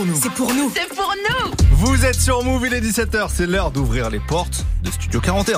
pour nous. C'est pour nous. C'est pour nous. Vous êtes sur Move, il est 17h, c'est l'heure d'ouvrir les portes de Studio 41.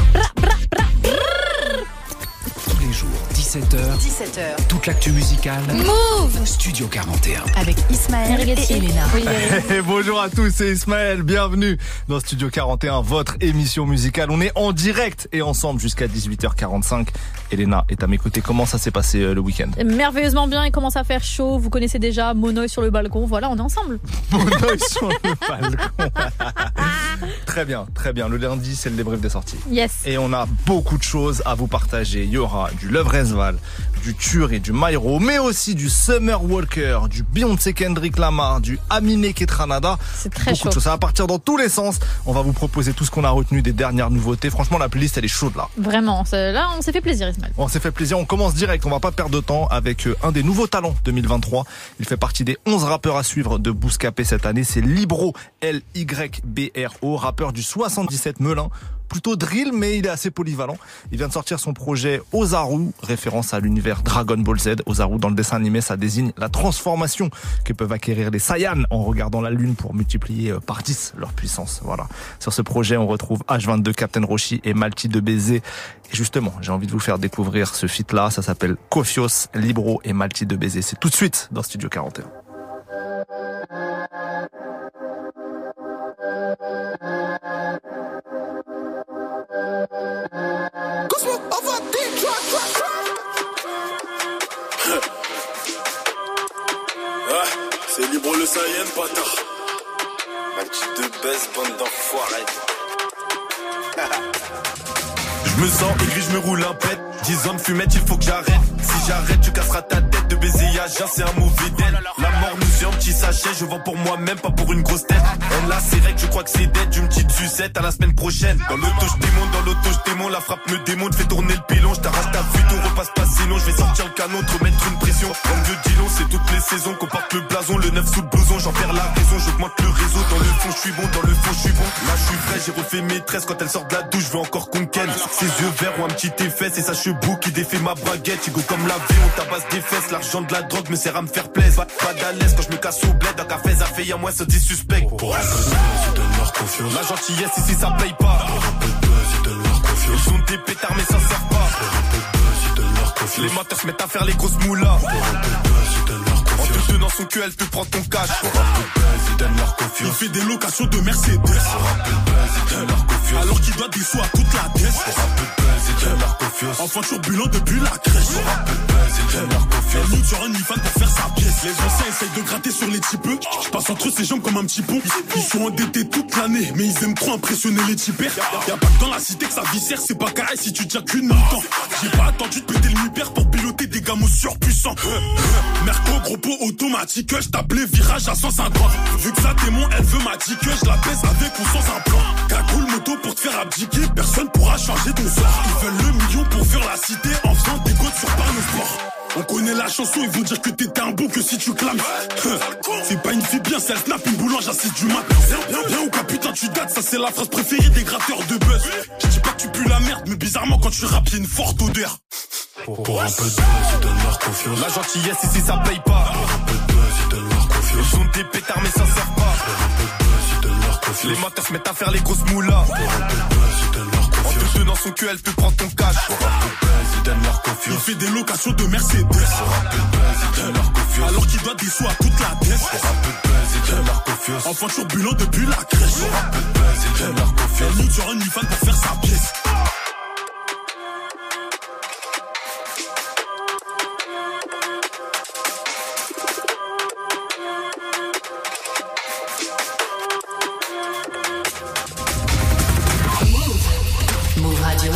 Tous les jours, 17h, toute l'actu musicale. Move Studio 41. avec Ismaël et Elena. Et bonjour à tous, c'est Ismaël, bienvenue dans Studio 41, votre émission musicale. On est en direct et ensemble jusqu'à 18h45. Elena est à mes côtés, comment ça s'est passé le week-end? Merveilleusement bien, il commence à faire chaud, vous connaissez déjà Monoï sur le balcon, voilà, on est ensemble. Monoï sur le balcon. Très bien, le lundi c'est le débrief des sorties. Yes. Et on a beaucoup de choses à vous partager. Il y aura du Love Resval, du Tur et du Myro, mais aussi du Summer Walker, du Beyoncé Kendrick Lamar, du Aminé Ketranada. C'est très beaucoup chaud. de choses. Ça va partir dans tous les sens. On va vous proposer tout ce qu'on a retenu des dernières nouveautés. Franchement, la playlist elle est chaude là. Vraiment, là on s'est fait plaisir Ismaël. On s'est fait plaisir, on commence direct, on va pas perdre de temps avec un des nouveaux talents 2023. Il fait partie des 11 rappeurs à suivre de Bouscapé cette année, c'est Libro, Lybro, rappeur du 77 Melun. Plutôt drill, mais il est assez polyvalent. Il vient de sortir son projet Ozaru, référence à l'univers Dragon Ball Z. Ozaru, dans le dessin animé, ça désigne la transformation que peuvent acquérir les Saiyans en regardant la lune pour multiplier par 10 leur puissance. Voilà. Sur ce projet, on retrouve H22, Captain Roshi et Malti de Baiser. Et justement, j'ai envie de vous faire découvrir ce feat-là. Ça s'appelle Kofios, Libro et Malti de Baiser. C'est tout de suite dans Studio 41. C'est Libro le Saiyan, bâtard. Un petit de baisse, bande d'enfoirés. Je me sens aigri, je me roule un pet. 10 ans de fumette, il faut que j'arrête. Si j'arrête, tu casseras ta tête. De baiser Yaja, c'est un mauvais deal. La mort nous fait un petit sachet. Je vends pour moi-même, pas pour une grosse tête. Elle là, c'est règle, je crois que c'est dead. D'une petite sucette à la semaine prochaine. Dans l'auto, je démonte, la frappe me démonte. Fais tourner le pilon, je t'arrache ta vue, ton repasse pas sinon. Je vais sortir le canon, te remettre une pression. Comme vieux Dillon, c'est toutes les saisons qu'on porte le blason. Le 9 sous le blouson, j'en perds la raison. J'augmente le réseau. Dans le fond, je suis bon, dans le fond, je suis bon. Là, je suis frais, j'ai refait maîtresse. Quand elle sort de la douche, je veux encore qu'on ken. Ses yeux verts ont un petit effet, c'est sa chebou qui défait ma baguette. Igo comme la vie, on tabasse des fesses. L'argent de la drogue me sert à me faire plaisir. Pas d'alaise quand je me casse au bled. Un café, ça fait à moi, ça dit suspect. Pour un peu de buzz, ils donnent leur confiance. La gentillesse ici, ça paye pas. Pour un peu de buzz, ils donnent leur confiance. Ils ont des pétards, mais ça sert pas. Pour un peu de buzz, ils donnent leur confiance. Les menteurs se mettent à faire les grosses moulas. Pour un peu de buzz, ils donnent leur confiance. En te tenant son cul, elle te prend ton cash. Pour un peu de buzz, ils donnent leur confiance. Il fait des locations de Mercedes. Pour un peu de buzz, ils donnent leur confiance. Alors qu'il doit des sous à toute la tête. Pour un peu de buzz, ils donnent leur confiance. Enfant turbulent depuis la crèche. Pour un peu de buzz, ils donnent leur confiance. Elle sur un fan pour faire sa pièce. Les anciens essayent de gratter sur les typeux. Je passe entre ses jambes comme un petit pont. Ils sont endettés toute l'année, mais ils aiment trop impressionner les typères. Y'a pas que dans la cité que ça viscère, c'est pas carré si tu tiens qu'une temps. J'ai pas attendu de péter le mi-père pour piloter des gamos surpuissants. Merco, gros pot automatique, je t'appelais virage à 150. Vu que ça démon, elle veut m'a dit que je la baisse avec ou sans un plan. Cagoule moto pour te faire abdiquer, personne pourra changer ton sort. Ils veulent le million pour faire la cité en faisant des côtes sur Parle Sport. On connaît la chanson, ils vont dire que t'étais un bon que si tu clames. C'est pas une fille bien, c'est elle snap une boulange à 6 du mat. Viens ou quoi putain tu dates, ça c'est la phrase préférée des gratteurs de buzz. Je dis pas que tu pues la merde, mais bizarrement quand tu rappes y'a une forte odeur. Pour un peu de buzz, ils donnent leur confiance. La gentillesse ici ça paye pas. Pour un peu de buzz, ils donnent leur confiance. Ils ont des pétards mais ça sert pas. Pour un peu de buzz, ils donnent leur confiance. Les menteurs se mettent à faire les grosses moulas. Pour un peu de buzz, ils donnent leur confiance. En te tenant son cul, elle te prend ton cash. Pour un peu de buzz, ils donnent leur confiance. Il fait des locations de Mercedes. Pour un peu de buzz, ils donnent leur confiance. Alors qu'il doit des sous à toute la tête. Pour un peu de buzz, ils donnent leur confiance. Enfant turbulent depuis la crèche. Pour un peu de buzz, ils donnent leur confiance. Elle sur un fan pour faire sa pièce. Move Radio.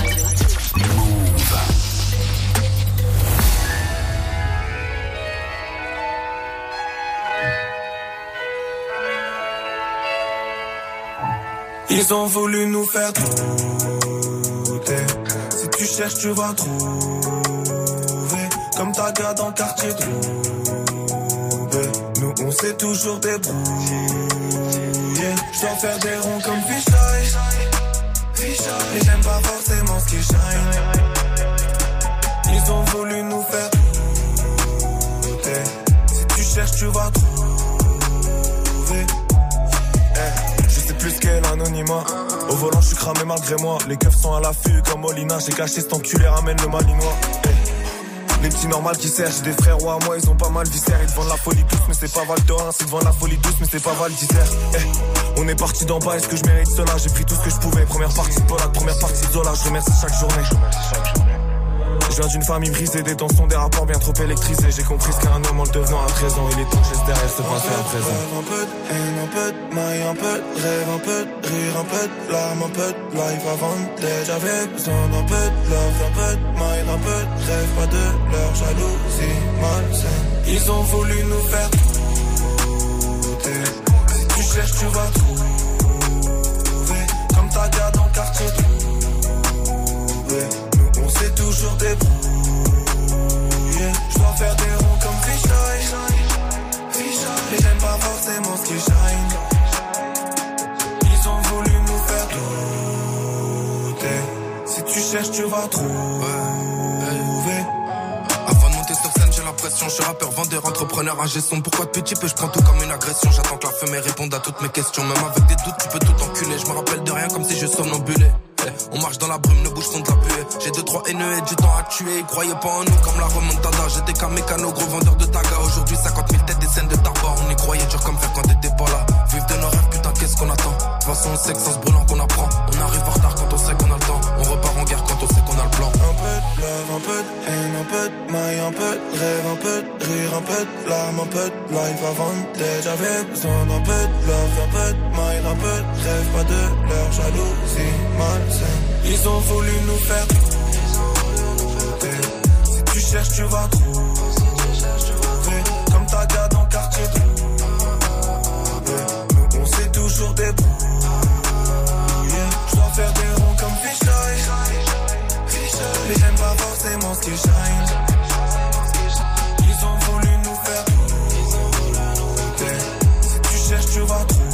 Ils ont voulu nous faire douter. Si tu cherches, tu vas trouver. Comme ta gare dans le quartier trouvé. Nous, on s'est toujours débrouillé. Je dois faire des ronds comme Fisheye. Et j'aime pas forcément ce qui shine. Ils ont voulu nous faire douter. Si tu cherches, tu vas trouver. moi. Au volant, je suis cramé malgré moi. Les keufs sont à l'affût comme Molina. J'ai caché cet enculé, ramène le malinois. Les petits normales qui servent, j'ai des frères ou à moi, ils ont pas mal viscère. Ils te vendent la folie douce, mais c'est pas Val d'Orens. Ils te vendent la folie douce, mais c'est pas Val d'Isère. On est parti d'en bas, est-ce que je mérite cela? J'ai pris tout ce que je pouvais. Première partie de Polade, première partie de Zola. Je remercie chaque journée. Je viens d'une famille brisée, des tensions, des rapports bien trop électrisés. J'ai compris ce qu'est un homme en le devenant à 13 ans. Il est temps que je laisse derrière ce passé à présent. Un peu de haine, un peu de maille, un peu de rêve, un peu de rire, un peu de larmes, un peu de life avant d'être. J'avais besoin d'un peu de love, un peu de maille, un peu de rêve, pas de leur jalousie malsaine. Ils ont voulu nous faire douter. Si tu cherches, tu vas trouver. Comme ta gare dans le quartier trouvé. On s'est toujours débrouillé. Je dois faire des ronds comme Fisheye. Mais j'aime pas forcément ce qui shine. Ils ont voulu nous faire douter. Si tu cherches, tu vas trouver. Avant de monter sur scène, j'ai l'impression. Je suis rappeur, vendeur, entrepreneur, ingé son. Pourquoi depuis petit peu, je prends tout comme une agression. J'attends que la fumée réponde à toutes mes questions. Même avec des doutes, tu peux tout enculer. Je me rappelle de rien comme si je somnambulais. On marche dans la brume, nos bouches sont de la buée. J'ai 2-3 haineux et du temps à tuer. Ils croyaient pas en nous comme la remontada. J'étais qu'un mécano, gros vendeur de taga. Aujourd'hui 50 000 têtes, des scènes de tarba. On y croyait dur comme fer quand t'étais pas là. Vive de nos rêves, putain qu'est-ce qu'on attend. De toute façon on sait que sans se brûlant qu'on apprend. On arrive en retard quand on sait qu'on a le temps. On repart en guerre quand on sait qu'on a le plan. Un peu de love, un peu de haine, un peu de maille, un peu de rêve, un peu de rire, un peu de larmes, un peu de life avant d'être. J'avais besoin d'un peu de love, un peu de maille, un peu de rêve, pas de leur jalousie malsaine. Ils ont voulu nous faire douter. Si tu cherches, tu vas trouver. Comme ta gare dans le quartier trouvé. Nous, on s'est toujours débrouillé. Je dois faire des ronds comme Fisheye. Mais j'aime pas forcément ce qui shine. Ils ont voulu nous faire douter. Si tu cherches, tu vas trouver.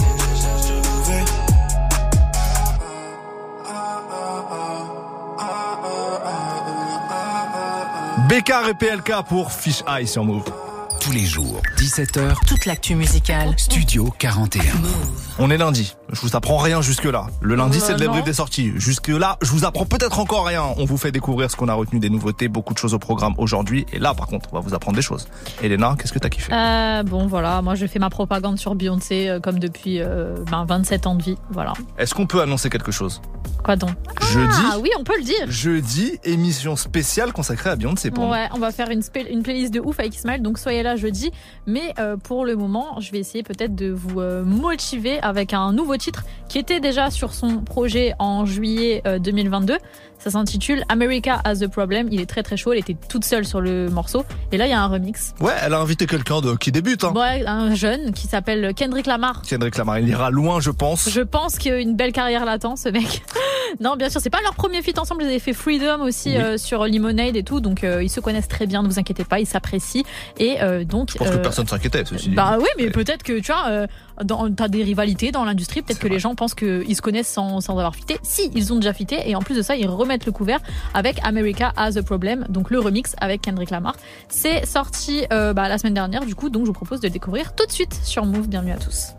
Bécard et PLK pour Fish Eye sur Move. Tous les jours, 17h, Toute l'actu musicale. Studio 41. On est lundi. Je vous apprends rien jusque-là. Le lundi, c'est le débrief non. des sorties. Jusque-là, je vous apprends peut-être encore rien. On vous fait découvrir ce qu'on a retenu des nouveautés, beaucoup de choses au programme aujourd'hui. Et là, par contre, on va vous apprendre des choses. Elena, qu'est-ce que t'as kiffé? Bon, voilà, moi je fais ma propagande sur Beyoncé comme depuis 27 ans de vie. Voilà. Est-ce qu'on peut annoncer quelque chose? Quoi donc? Jeudi. Ah oui, on peut le dire. Jeudi, émission spéciale consacrée à Beyoncé pour nous. Ouais, on va faire une playlist de ouf avec Ismaël, donc soyez là jeudi. Mais pour le moment, je vais essayer peut-être de vous motiver avec un nouveau titre qui était déjà sur son projet en juillet 2022. Ça s'intitule America Has a Problem. Il est très très chaud, elle était toute seule sur le morceau. Et là, il y a un remix. Ouais, elle a invité quelqu'un qui débute. Hein. Ouais, un jeune qui s'appelle Kendrick Lamar. Kendrick Lamar, il ira loin, je pense. Je pense qu'il a une belle carrière l'attend, ce mec. Non, bien sûr, c'est pas leur premier feat ensemble. Ils avaient fait Freedom aussi sur Lemonade et tout. Donc, ils se connaissent très bien, ne vous inquiétez pas, ils s'apprécient. Et donc. Je pense que personne s'inquiétait, ceci dit. Bah oui, mais peut-être que, tu vois, t'as des rivalités dans l'industrie. Peut-être que les gens pensent qu'ils se connaissent sans avoir fité. Si, ils ont déjà fité. Et en plus de ça, ils remettent le couvert avec America Has a Problem. Donc, le remix avec Kendrick Lamar. C'est sorti la semaine dernière, du coup. Donc, je vous propose de le découvrir tout de suite sur Move. Bienvenue à tous.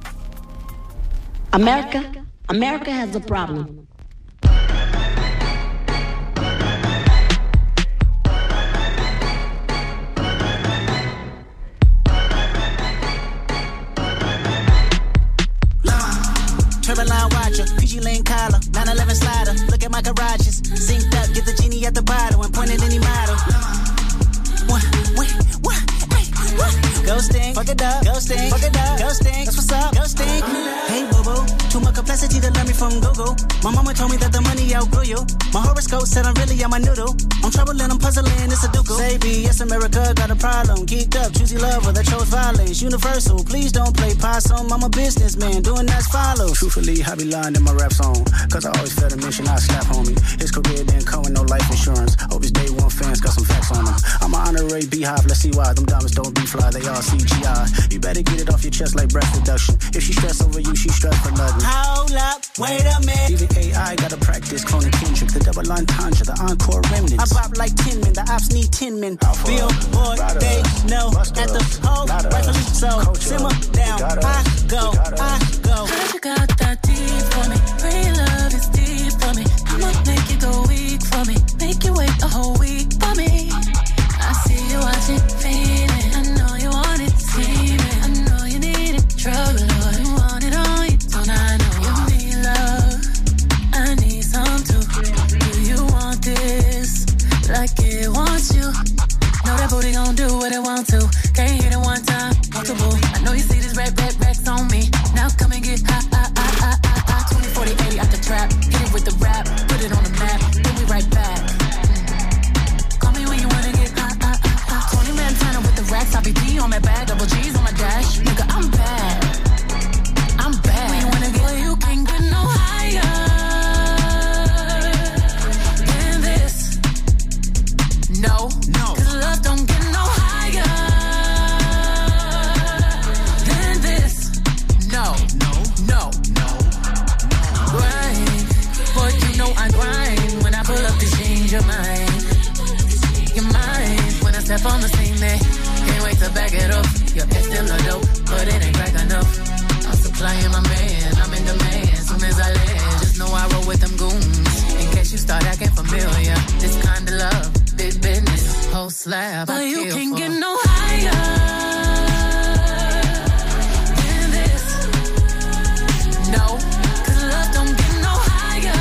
America has a problem. Turboline watcher, PG Lane collar, 911 slider. Look at my garages, synced up, get the genie at the bottle and point at any model. What? Ghosting, fuck it up, ghosting, fuck it up, ghosting. That's what's up, ghosting. Hey boo boo, too much complexity to learn me from Google. My mama told me that the money outgrew you. My horoscope said I'm really on my noodle. I'm troubling, I'm puzzling, it's a duke. Baby, yes America got a problem. Geeked up, choosy lover that chose violence. Universal, please don't play possum. I'm a businessman, doing as follows. Truthfully, I be lying in my rap song. Cause I always felt a mission, I slap homie. His career didn't come with no life insurance. Hope his day one fans got some facts on him. I'm an honorary beehive, let's see why. Them diamonds don't be fly, they all CGI. You better get it off your chest like breath reduction. If she stress over you, she stress for nothing. Hold up, wait a minute. Even AI gotta practice cloning Kendrick. The double entendre, the encore remnants. I pop like 10 men, the ops need 10 men. Billboard, they know at the hole, rightfully so. Simmer down, I go. Heard you got that deep like it wants you. Know that booty gon' do what it want to. Can't hit it one time, multiple. I know you see this racks on me. Now come and get high. 20, 40, 80 out the trap. Hit it with the rap, put it on the map. Then we right back. Call me when you wanna get high. 20 Montana with the racks. I be D on my bag, double G's on my dash. Nigga, I'm bad. When you wanna get, well, you can't get no higher than this. No. Cause love don't get no higher than this. No. Grind. Boy, you know I grind. When I pull up to change your mind. Your mind. When I step on the scene, they can't wait to back it up. Your ex still a dope, but it ain't crack enough. I'm supplying my man, I'm in demand. Soon as I land, just know I roll with them goons. In case you start acting familiar, this kind of love, big business, whole slab. But you can't get no higher than this. No, cause love don't get no higher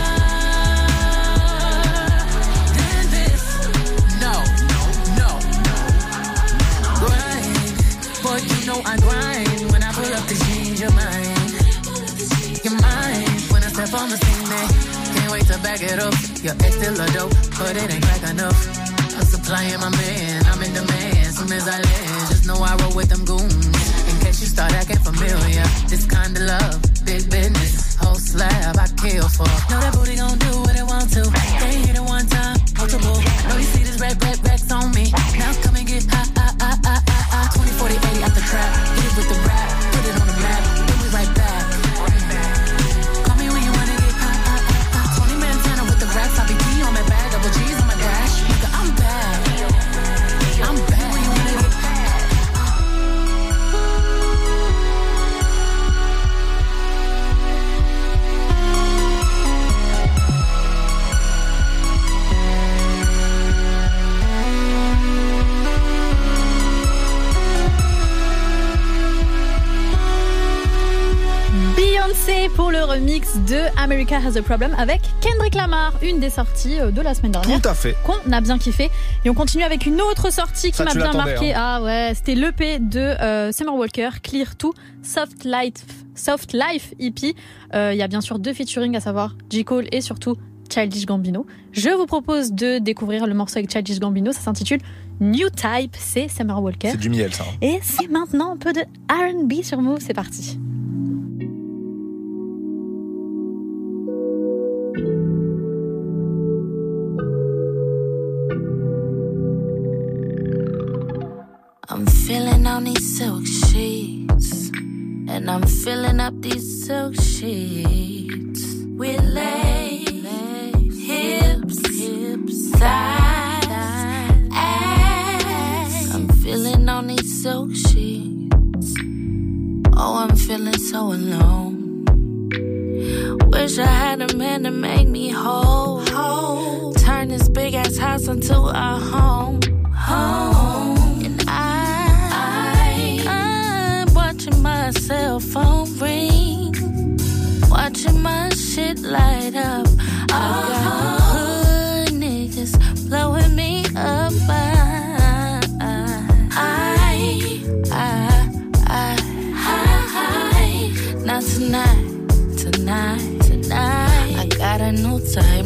than this. No. Grind, boy, you know I grind. When I pull up to change your mind. Your mind, when I step on the scene, they can't wait to back it up. Your ex still a dope, but it ain't crack enough. I'm supplying my man, I'm in demand. Soon as I land, just know I roll with them goons. In case you start acting familiar, this kind of love, big business, whole slab, I kill for. Know that booty gon' do what it want to. Can't hit it one time, multiple. Know you see this racks on me. Now come and get high. 20, 40, 80 out the trap. Hit it with the rap, put it on the map. Then we right back. Call me when you wanna get high. 20 Montana with the racks. I be D on my bag, double G's on my dash. Nigga, I'm bad. When you wanna get Beyoncé pour le remix de America Has a Problem avec Kendrick Lamar, une des sorties de la semaine dernière. Tout à fait. Qu'on a bien kiffé. Et on continue avec une autre sortie qui m'a bien marqué. Hein. Ah ouais, c'était l'EP de Summer Walker, Clear 2, Soft Life EP. Il y a bien sûr 2 featuring, à savoir J. Cole et surtout Childish Gambino. Je vous propose de découvrir le morceau avec Childish Gambino. Ça s'intitule New Type, c'est Summer Walker. C'est du miel, ça. Et c'est maintenant un peu de R&B sur Move, c'est parti. I'm filling on these silk sheets, and I'm filling up these silk sheets with legs, hips, thighs, ass. I'm filling on these silk sheets. Oh, I'm feeling so alone. Wish I had a man to make me whole. Turn this big ass house into a home. I'm watching my cell phone ring, watching my shit light up. I got hood niggas blowing me up. Not tonight. I got a new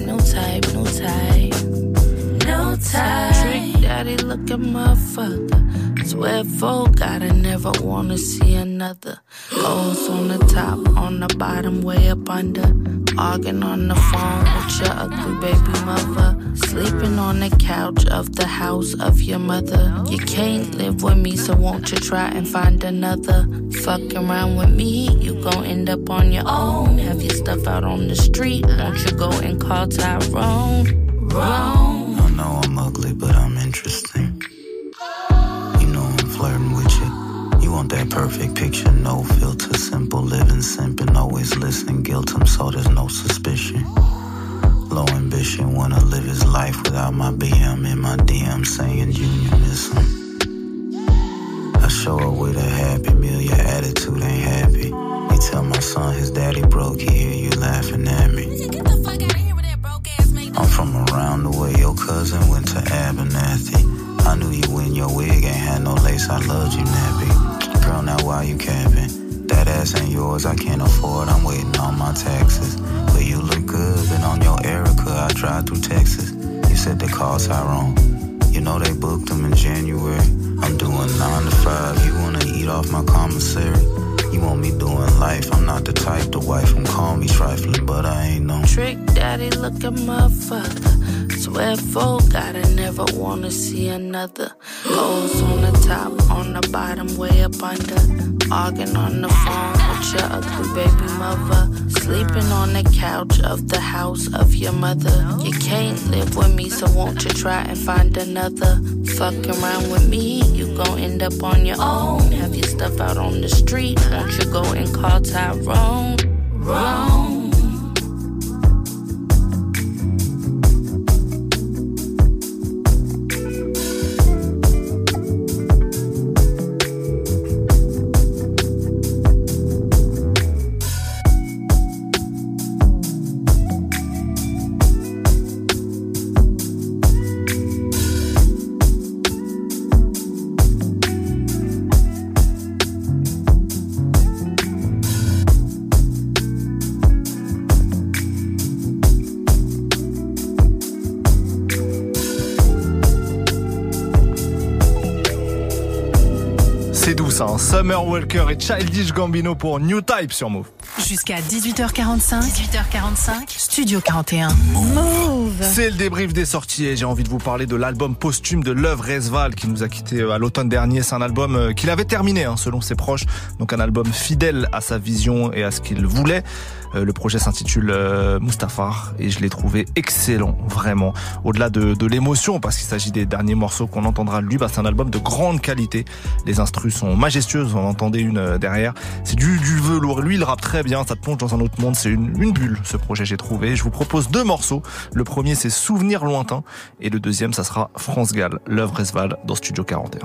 type. Trick daddy looking motherfucker. Swear folk, gotta never wanna see another. Goals on the top, on the bottom, way up under. Arguing on the phone with your ugly baby mother. Sleeping on the couch of the house of your mother. You can't live with me, so won't you try and find another? Fuck around with me, you gon' end up on your own. Have your stuff out on the street, won't you go and call Tyrone? Wrong. I know I'm ugly, but I'm interesting. You know I'm flirting with you. You want that perfect picture, no filter, simple living, simping, always listen, guilt him so there's no suspicion. Low ambition, wanna live his life without my BM in my DM saying you miss him. I show up with a happy meal, your attitude ain't happy. You tell my son his daddy broke, he hear you laughing at me. I'm from around the Anyway, your cousin went to Abernathy. I knew you when your wig ain't had no lace. I loved you, nappy. Girl, now why you capping? That ass ain't yours, I can't afford. I'm waiting on my taxes. But you look good, been on your Erica. I drive through Texas. You said they called Tyrone. You know they booked them in January. I'm doing 9 to 5. You wanna eat off my commissary? You want me doing life? I'm not the type to wife and call me trifling, but I ain't no trick daddy looking motherfucker. Swear folk, gotta never wanna see another. Hoes on the top, on the bottom, way up under. Arguing on the phone with your ugly baby mother. Sleeping on the couch of the house of your mother. You can't live with me, so won't you try and find another? Fuck around with me, you gon' end up on your own. Have your stuff out on the street, won't you go and call Tyrone? Wrong. Summer Walker et Childish Gambino pour New Type sur Move. Jusqu'à 18h45. Studio 41. Move. C'est le débrief des sorties et j'ai envie de vous parler de l'album posthume de Love Resval qui nous a quittés à l'automne dernier. C'est un album qu'il avait terminé selon ses proches. Donc un album fidèle à sa vision et à ce qu'il voulait. Le projet s'intitule Mustafar et je l'ai trouvé excellent, vraiment. Au-delà de l'émotion, parce qu'il s'agit des derniers morceaux qu'on entendra de lui, c'est un album de grande qualité. Les instrus sont majestueuses, on en entendait une derrière. C'est du velours. Lui, il rappe très bien, ça te plonge dans un autre monde. C'est une bulle, ce projet, j'ai trouvé. Je vous propose 2 morceaux. Le premier, c'est Souvenir lointain et le deuxième, ça sera France Gall, Love Resval dans Studio 41.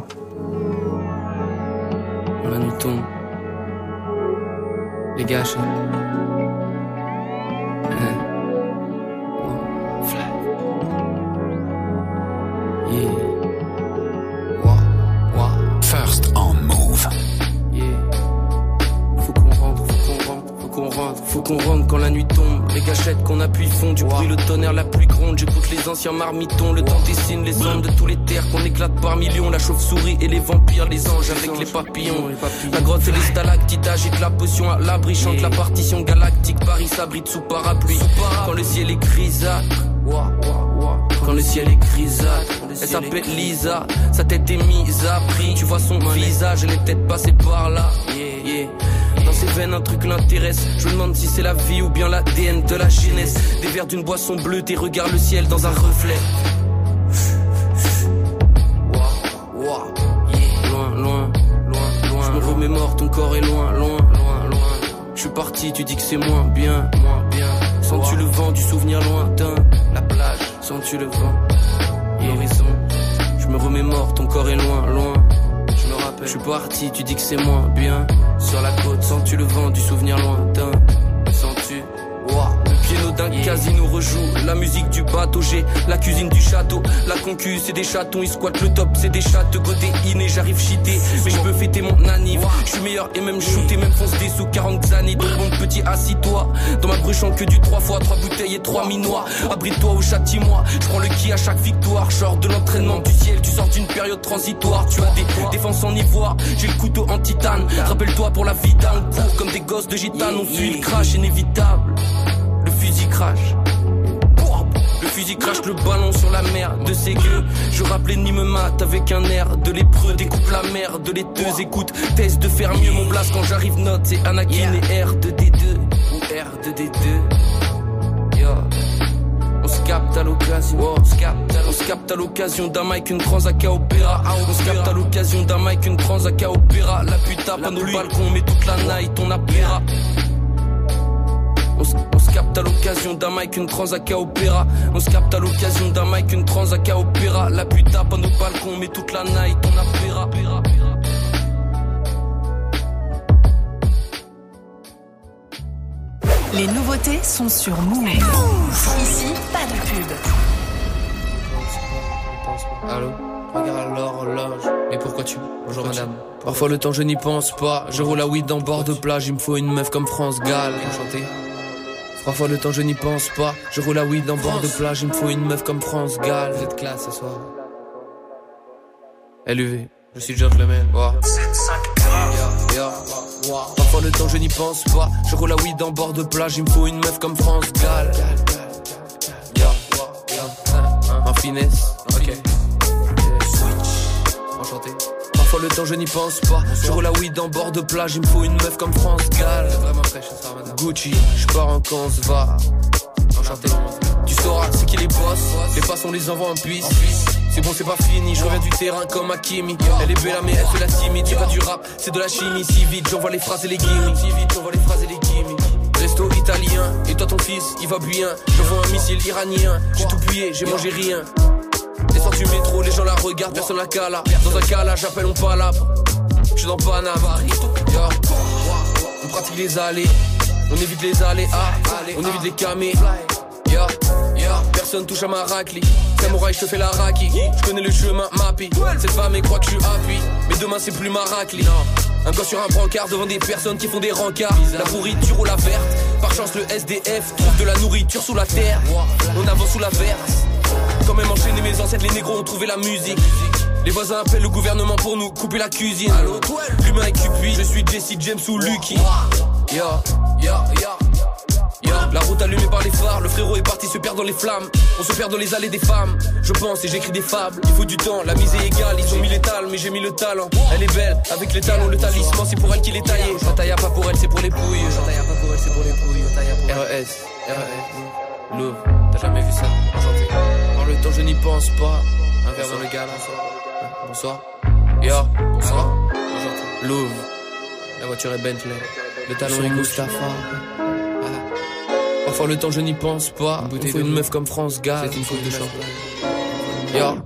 La nuit tombe, les gâches. First on Move. Faut qu'on rentre quand la nuit tombe. Les gâchettes qu'on appuie font du bruit, le tonnerre, la pluie gronde. J'écoute les anciens marmitons, le temps dessine les ombres de tous les terres qu'on éclate par millions. La chauve-souris et les vampires, les anges avec les papillons. La grotte et les stalactites agitent la potion à l'abri, chante la partition galactique. Paris s'abrite sous parapluie. Quand le ciel est grisâtre, quand le ciel est grisâtre. Elle s'appelle Lisa, sa tête est mise à prix. Tu vois son visage, elle est peut-être passée par là. Dans ses veines un truc l'intéresse. Je me demande si c'est la vie ou bien l'ADN de la jeunesse. Des verres d'une boisson bleue, tes regards le ciel dans un reflet. Loin. Je me remémore, ton corps est loin. Je suis parti, tu dis que c'est moins bien. Sens-tu le vent du souvenir lointain? La plage, sens-tu le vent? L'horizon, je me remémore, ton corps est loin. Je me rappelle, je suis parti, tu dis que c'est moins bien. Sur la côte, sens-tu le vent du souvenir lointain? Sens-tu? Le piano d'un casino rejoue la musique du bateau. J'ai la cuisine du château. La concu, c'est des chatons. Ils squattent le top, c'est des chattes godéinées. J'arrive cheaté, mais je peux fêter mon anniv. Je suis meilleur et même shooté, même fonce des sous 40 années. Donc mon petit, assis-toi. Dans ma bruche en que du 3 fois 3 bouteilles et 3 minois. Abrite-toi ou châtie-moi. Je prends le qui à chaque victoire. Genre de l'entraînement du ciel. Tu sors d'une période transitoire. Tu as des défenses en ivoire. J'ai le couteau en titane. Rappelle-toi pour la vie d'un cours comme des gosses de gitane. On fuit le crash inévitable. Le fusil crache. Le fusil crache le ballon sur la mer de ses gueux. Je rappe l'ennemi me mate avec un air de lépreux. Découpe la mer de laiteuse. Écoute, teste de faire mieux. Mon blast quand j'arrive note, c'est Anakin et R2D2 ou R2D2. Yo. On se capte à l'occasion. On se capte à l'occasion d'un mic, une transaka opéra. On se capte à l'occasion d'un mic, une transaka opéra. La putain pas nos balcons, mais toute la night on apéra. On se capte à l'occasion d'un mic, une transaka opéra. On se capte à l'occasion d'un mic, une transaka opéra. La putain pas nos balcons, mais toute la night on apéra. Les nouveautés sont sur Move. Ici, pas de pub. Allô, regarde l'horloge. Et pourquoi tu... Bonjour madame. Parfois le temps je n'y pense pas. Je roule à weed en bord de plage. Il me faut une meuf comme France Gall. Enchanté. Parfois le temps je n'y pense pas. Je roule à weed en bord de plage. Il me faut une meuf comme France Gall. Vous êtes classe ce soir. LUV, je suis gentleman. Wow. Parfois le temps je n'y pense pas. Je roule à weed en bord de plage. Il me faut une meuf comme France Gall. En finesse. Ok. Switch. Enchanté. Parfois le temps je n'y pense pas. Je roule à weed en bord de plage. Il me faut une meuf comme France Gall. Gucci, je pars en camp, on se va. Enchanté. Tu sauras c'est qui les boss. Les passes on les envoie en piste. C'est bon c'est pas fini, je reviens du terrain comme Hakimi. Elle est belle mais elle fait la timide. C'est pas du rap, c'est de la chimie. Si vite j'envoie les phrases et les gimmicks. Si vite j'envoie les phrases et les gimmicks. Resto italien, et toi ton fils, il va bien. J'envoie un missile iranien. J'ai tout puyé, j'ai mangé rien. Les sorties du métro, les gens la regardent, personne la cala. Dans un cas là, j'appelle on palabre. J'suis dans Panama. On pratique les allées, on évite les aléas, on évite les camés. Personne touche à ma raclie. Samouraï, je te fais la raki. Je connais le chemin, mappy. Cette femme, elle croit que je suis appui. Mais demain, c'est plus ma raclie. Un gars sur un brancard devant des personnes qui font des rencarts. La pourriture ou la verte. Par chance, le SDF trouve de la nourriture sous la terre. On avance sous la verse. Quand même enchaîné mes ancêtres, les négros ont trouvé la musique. Les voisins appellent le gouvernement pour nous couper la cuisine. L'humain est cupide, je suis Jesse James ou Lucky. La route allumée par les phares, le frérot est parti se perdre dans les flammes. On se perd dans les allées des femmes. Je pense et j'écris des fables. Il faut du temps, la mise est égale. Ils ont mis l'étal, mais j'ai mis le talent. Elle est belle, avec les talons, le talisman, c'est pour elle qu'il est taillé. Je taille pas pour elle, c'est pour les pouilles. Je taille pas pour elle, c'est pour les pouilles. RES, Louvre, t'as jamais vu ça? Enchanté. Par le temps, je n'y pense pas. Un verre dans le gars, bonsoir. Bonsoir. Enchanté. Louvre, la voiture est Bentley. Le talon est Mustapha. Parfois le temps je n'y pense pas. Il faut une meuf comme France Gall. C'est une faute de chant.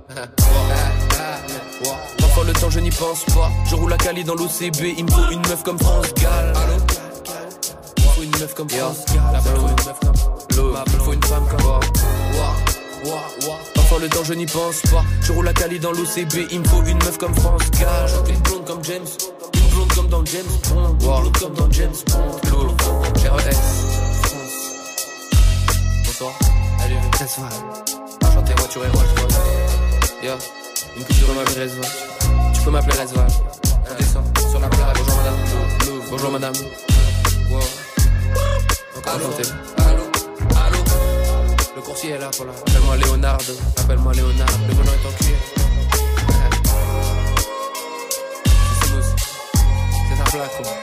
Parfois le temps je n'y pense pas. Je roule à Cali dans l'OCB. Il me faut une meuf comme France Gall. Il me faut une meuf comme France Gall. Il me faut une femme comme Parfois le temps je n'y pense pas. Je roule à Cali dans l'OCB. Il me faut une meuf comme France Gall. Une blonde comme James. Une blonde comme dans James Bond. Une blonde comme dans James Bond. RES. Allez, Resval. Chanter voiture et Rolls-Royce. Une coupe de m'appeler Resval. Tu peux m'appeler Resval. On descend sur la plage. Bonjour madame. Bonjour madame. Wow. Encore enchanté. Allô. Le coursier est là pour la. Appelle-moi Léonard. Appelle-moi Léonard. Le volant est en cuir. C'est smooth. C'est un plat, quoi.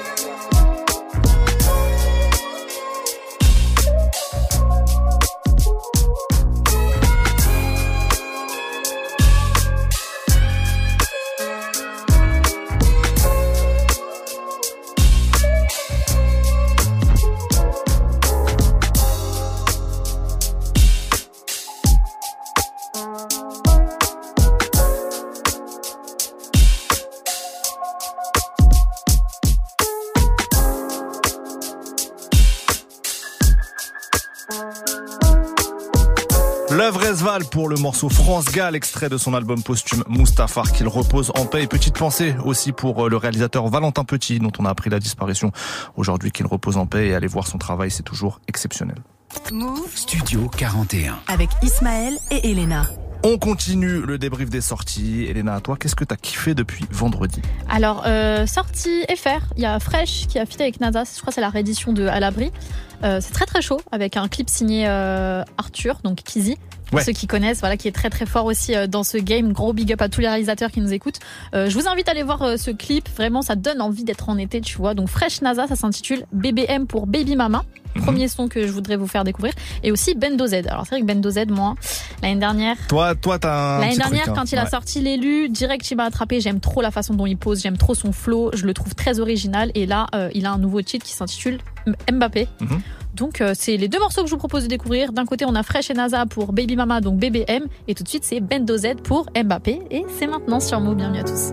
L'œuvre Resval pour le morceau France Gall, extrait de son album posthume Mustafar, qu'il repose en paix. Et petite pensée aussi pour le réalisateur Valentin Petit, dont on a appris la disparition aujourd'hui, qu'il repose en paix. Et aller voir son travail, c'est toujours exceptionnel. Move Studio 41 avec Ismaël et Elena. On continue le débrief des sorties. Elena, à toi, qu'est-ce que t'as kiffé depuis vendredi? Alors, sortie FR, il y a Fresh qui a feat avec NASA, je crois que c'est la réédition de À l'abri. C'est très très chaud, avec un clip signé Arthur, donc Kizzy. Pour ceux qui connaissent, voilà, qui est très très fort aussi dans ce game. Gros big up à tous les réalisateurs qui nous écoutent. Je vous invite à aller voir ce clip. Vraiment, ça donne envie d'être en été, tu vois. Donc Fresh NASA, ça s'intitule BBM pour Baby Mama. Premier son que je voudrais vous faire découvrir. Et aussi Bendo Z. Alors c'est vrai que Bendo Z, moi, l'année dernière. Toi, t'as un l'année petit dernière, truc, hein. quand il a sorti l'élu, direct, il m'a attrapé. J'aime trop la façon dont il pose. J'aime trop son flow. Je le trouve très original. Et là, il a un nouveau titre qui s'intitule Mbappé. Donc c'est les deux morceaux que je vous propose de découvrir. D'un côté, on a Fresh et NASA pour Baby Mama, donc BBM. Et tout de suite, c'est Bendo Z pour Mbappé. Et c'est maintenant sur Move. Bienvenue à tous.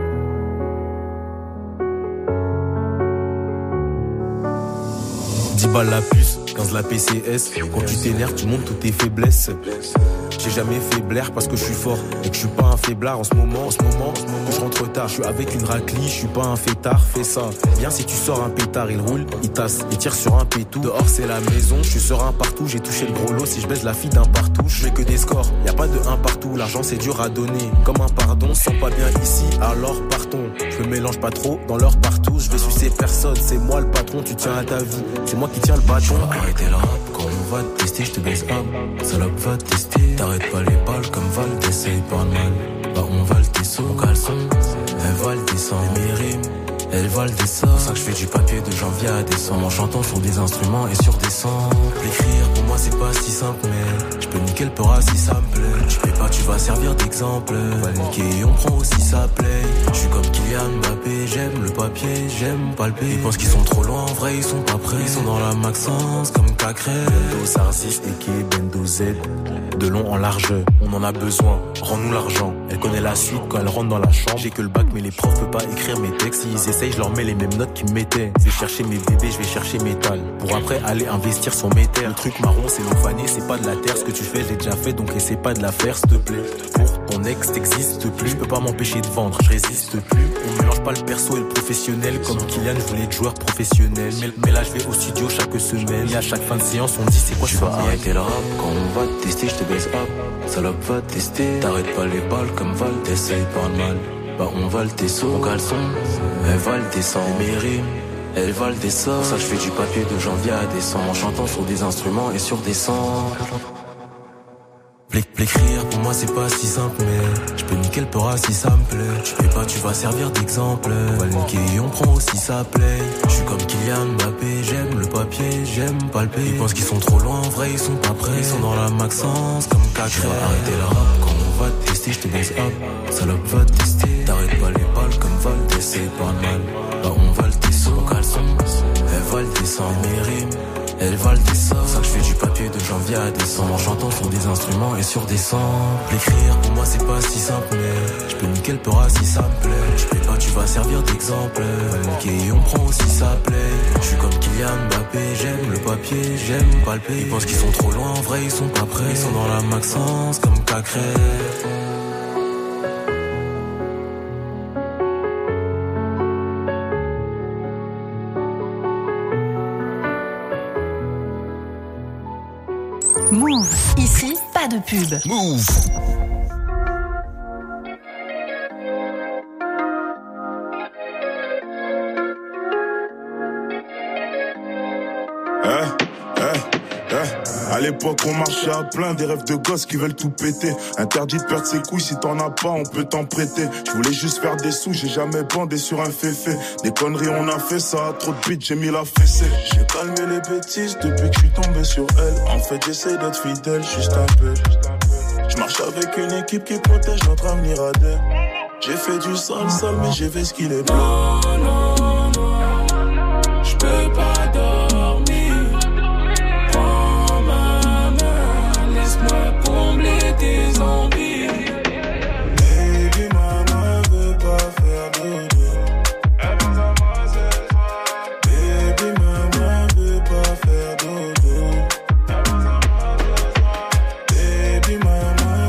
Dis balles la puce, 15 la PCS. Quand tu t'énerves, tu montres toutes tes faiblesses. J'ai jamais fait blaire parce que je suis fort et que je suis pas un faiblard en ce moment que je rentre tard, je suis avec une raclie, je suis pas un fêtard, fais ça. Viens si tu sors un pétard, il roule, il tasse et tire sur un pétou. Dehors c'est la maison, je suis serein partout, j'ai touché le gros lot, si je baise la fille d'un partout, je fais que des scores, y a pas de 1 partout, l'argent c'est dur à donner, comme un pardon, sens pas bien ici, alors partons. Je me mélange pas trop dans leur partout, je vais sucer personne, c'est moi le patron, tu tiens à ta vie, c'est moi qui tiens le bâton. Arrêtez le rap, quand on va te tester, je te baisse up, salope va te tester. T'arrêtes pas les balles comme Val, t'essayes par le mal. Bah on va le tesser, mon caleçon. Elle va le descendre, mes rimes, elle va le descendre. C'est pour ça que je fais du papier de janvier à décembre. En chantant sur des instruments et sur des sons. L'écrire pour moi c'est pas si simple, mais je peux niquer le peur si ça me plaît. Tu payes pas, tu vas servir d'exemple. Va le niquer et on prend aussi sa play. Je suis comme Kylian Mbappé, j'aime le papier, j'aime palper. Ils pensent qu'ils sont trop loin, en vrai ils sont pas prêts. Ils sont dans la Maxence comme Cacré. Bendo Sarsis et Bendo Z. De long en large, on en a besoin, rends-nous l'argent. Elle connaît la suite quand elle rentre dans la chambre. J'ai que le bac mais les profs peuvent pas écrire mes textes. S'ils essayent, je leur mets les mêmes notes qu'ils me mettaient. Je vais chercher mes bébés, je vais chercher métal. Pour après aller investir son métal. Le truc marron c'est l'eau fanée, c'est pas de la terre. Ce que tu fais j'ai déjà fait donc essaie pas de la faire s'il te plaît. Pour ton ex t'existes plus, je peux pas m'empêcher de vendre, je résiste plus. On mélange pas le perso et le professionnel. Comme Kylian je voulais être joueur professionnel. Mais là je vais au studio chaque semaine. Et à chaque fin de séance on dit c'est quoi tu vas arrêter le rap, quand on va te tester je te baisse up. Salope va te tester, t'arrêtes pas les balles comme Val, t'essayes par le mal. Bah on va le tesser, mon caleçon, elle va le descendre. Mes rimes, elle va le descendre. Pour ça je fais du papier de janvier à décembre. En chantant sur des instruments et sur des samples. L'écrire pour moi c'est pas si simple, mais je peux niquer le peur si ça me plaît. Tu payes pas, tu vas servir d'exemple. Va le niquer et on prend aussi sa play. Je suis comme Kylian Mbappé, j'aime le papier, j'aime palper. Ils pensent qu'ils sont trop loin, en vrai ils sont pas prêts. Ils sont dans la Maxence comme Cacré. Tu vas arrêter le rap, quand on va te tester, je te baisse up. Salope va te tester, t'arrêtes pas les balles comme Val, t'essayes par le mal. Bah on va le tester, mon caleçon, elle va le descendre. Mes rimes, elle va le descendre. C'est pour ça que je fais du papier de janvier à décembre. En chantant sur des instruments et sur des samples. L'écrire pour moi c'est pas si simple, mais je peux niquer le peur si ça me plaît. Tu payes pas, tu vas servir d'exemple. Va le niquer et on prend aussi sa play. Je suis comme Kylian Mbappé, j'aime le papier, j'aime palper. Ils pensent qu'ils sont trop loin, en vrai ils sont pas prêts. Ils sont dans la Maxence comme Cacré. Move. Ici, pas de pub. Move. À l'époque on marchait à plein, des rêves de gosses qui veulent tout péter. Interdit de perdre ses couilles, si t'en as pas on peut t'en prêter. Je voulais juste faire des sous, j'ai jamais bandé sur un féfé. Des conneries on a fait ça, trop de bits j'ai mis la fessée. J'ai calmé les bêtises depuis que je suis tombé sur elle. En fait j'essaie d'être fidèle, juste un peu. Je marche avec une équipe qui protège notre avenir à deux. J'ai fait du sale mais j'ai fait ce qu'il est bleu. Non, je peux pas dormir. Combler tes envies. Baby, maman veut pas faire dodo. Elle pense à moi ce soir. Baby, maman veut pas faire dodo. Elle pense à moi ce soir. Baby, maman.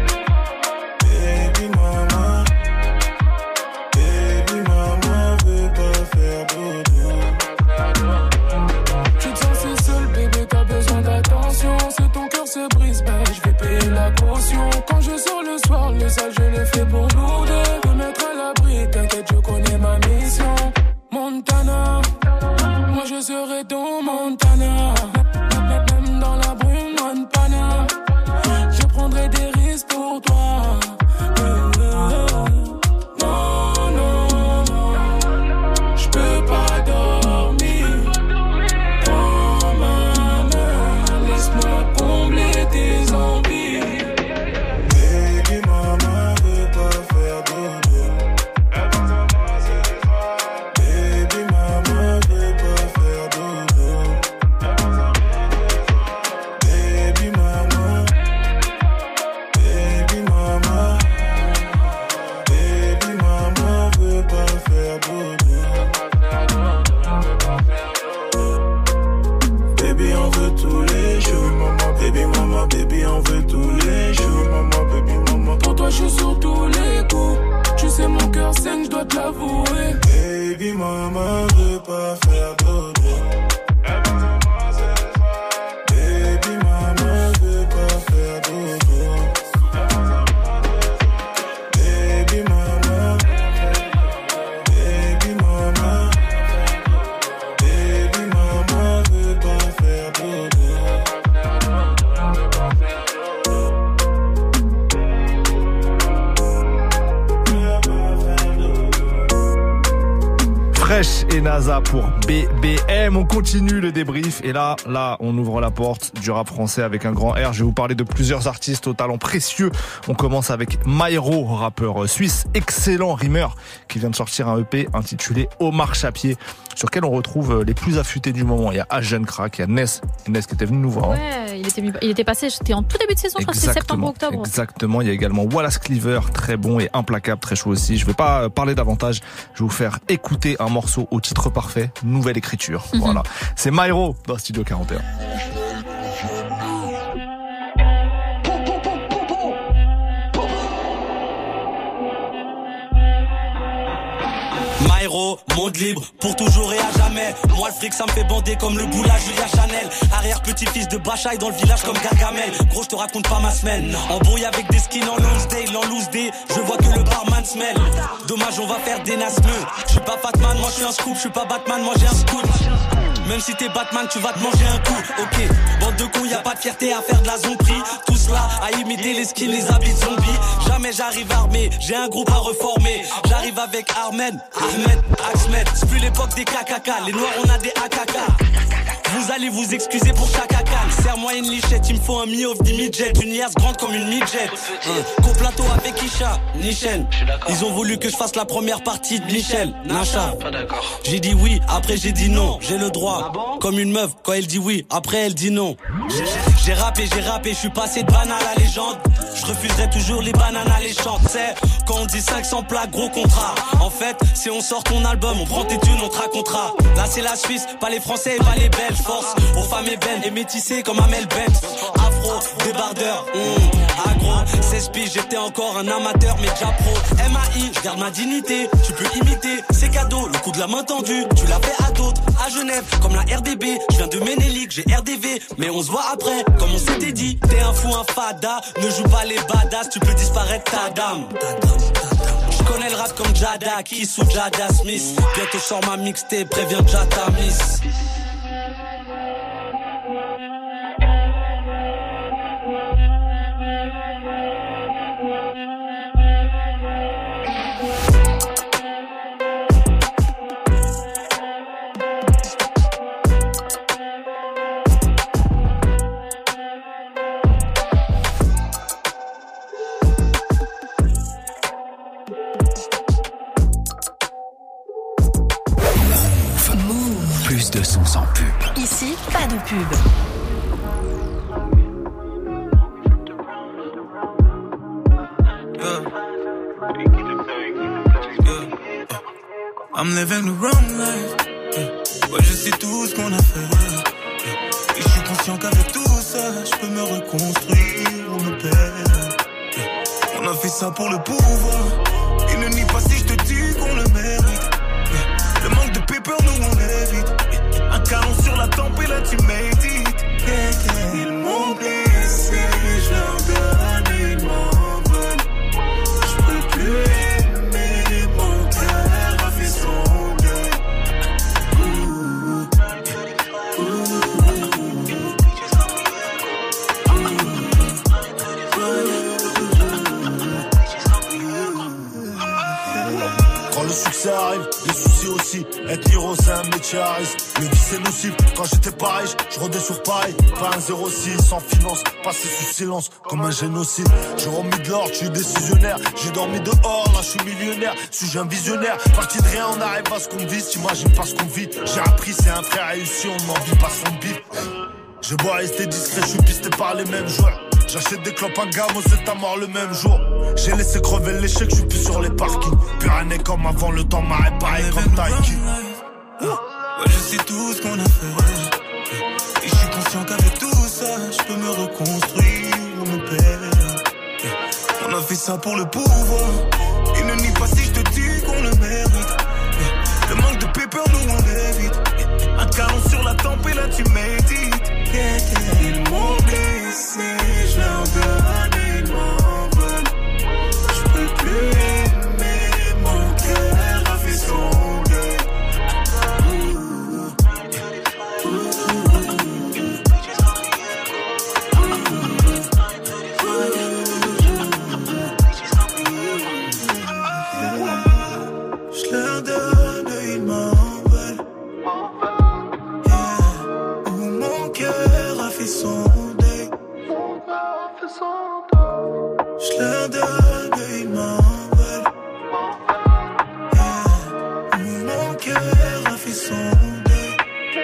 Baby, maman. Baby, maman veut et NASA pour BBM. On continue le débrief et là, on ouvre la porte du rap français avec un grand R. Je vais vous parler de plusieurs artistes au talent précieux. On commence avec Maïro, rappeur suisse, excellent rimeur, qui vient de sortir un EP intitulé Omar Chapier, sur lequel on retrouve les plus affûtés du moment. Il y a Agent Crack, il y a Ness qui était venu nous voir. Ouais, il était passé, c'était en tout début de saison, je crois que c'était septembre-octobre. Exactement, il y a également Wallace Cleaver, très bon et implacable, très chaud aussi. Je vais pas parler davantage, je vais vous faire écouter un morceau au titre parfait, nouvelle écriture. Voilà, c'est Maïro dans Studio 41. Maïro, monde libre, pour toujours et à jamais. Moi le fric ça me fait bander comme le boula Julia Chanel. Arrière petit-fils de Bachaï dans le village comme Gargamel. Gros je te raconte pas ma semaine. Embrouille avec des skins en loose day, je vois que le barman se mêle. Dommage on va faire des nasmeux. Je suis pas Batman, moi je suis un scoop. Je suis pas Batman, moi j'ai un scoop. Même si t'es Batman, tu vas te manger un coup. Ok, bande de cons, y a pas de fierté à faire de la zombie. Tout cela à imiter les skins, les habits de zombies. Jamais j'arrive armé, j'ai un groupe à reformer. J'arrive avec Ahmed, Axmed. C'est plus l'époque des KKK, les noirs on a des AKK. Vous allez vous excuser pour chaque acal. Serre-moi une lichette, il me faut un mi-off, 10 midget. Une liasse grande comme une midget. Coplateau avec Isha, Nichen. Ils ont voulu que je fasse la première partie de Michel, Nacha. J'ai dit oui, après j'ai dit non. J'ai le droit, comme une meuf, quand elle dit oui, après elle dit non. J'ai rappé, je suis passé de banane à la légende. Je refuserai toujours les bananes alléchantes. C'est quand on dit 500 plaques, gros contrat. En fait, si on sort ton album, on prend tes thunes, on te racontera. Là c'est la Suisse, pas les Français et pas les Belges. Force aux femmes ébènes et métissées comme Amel Bent. Afro, débardeur, agro, 16 piges, j'étais encore un amateur mais déjà pro. MAI, je garde ma dignité, tu peux imiter, c'est cadeau, le coup de la main tendue, tu l'as fait à d'autres, à Genève, comme la RDB, je viens de Ménélique, j'ai RDV, mais on se voit après, comme on s'était dit, t'es un fou, un fada, ne joue pas les badass, tu peux disparaître ta dame. Je connais le rap comme Jada, Kiss ou Jada Smith, bientôt sors ma mixtape, préviens Jata Miss. Plus de sons sans pub. Ici, pas de pub. I'm living the wrong life. Ouais, je sais tout ce qu'on a fait. Et je suis conscient qu'avec tout ça, je peux me reconstruire ou me perdre. On a fait ça pour le pouvoir. Et ne nie pas si je te dis qu'on le mérite. Le manque de paper, nous on évite. Un canon sur la tempe et là tu médites. Ils m'ont blessé, je leur donne, ils m'en veulent. Je peux plus aimer, mon cœur a fait son deuil. Quand le succès arrive, les soucis aussi. Être héros c'est un métier à risque. Le vice c'est nocif, quand j'étais pas riche, je rôdais sur Paris. Pas un 06, sans finance, passé sous silence, comme un génocide. J'ai remis de l'or, je suis décisionnaire. J'ai dormi dehors, là je suis millionnaire. Suis-je un visionnaire, parti de rien, on arrive à ce qu'on vise. T'imagines pas ce qu'on vit. J'ai appris, c'est un frère réussi, on n'en vit pas son bif. Je dois rester discret, je suis pisté par les mêmes joueurs. J'achète des clopes à gamme, c'est à mort le même jour. J'ai laissé crever l'échec, je suis plus sur les parkings. Plus rien n'est comme avant, le temps m'a réparé comme Taiki. Ouais, je sais tout ce qu'on a fait. Et je suis conscient qu'avec tout ça, je peux me reconstruire ou me perdre. On a fait ça pour le pouvoir. Et ne nie pas si je te dis qu'on le mérite. Le manque de paper, nous on évite. Un canon sur la tempe et là tu médites. Ils m'ont blessé, je leur donne, ils m'en veulent. Je peux plus aimer, mon cœur a fait son deuil. Je leur donne et ils m'envolent. Mon cœur a fait son deuil.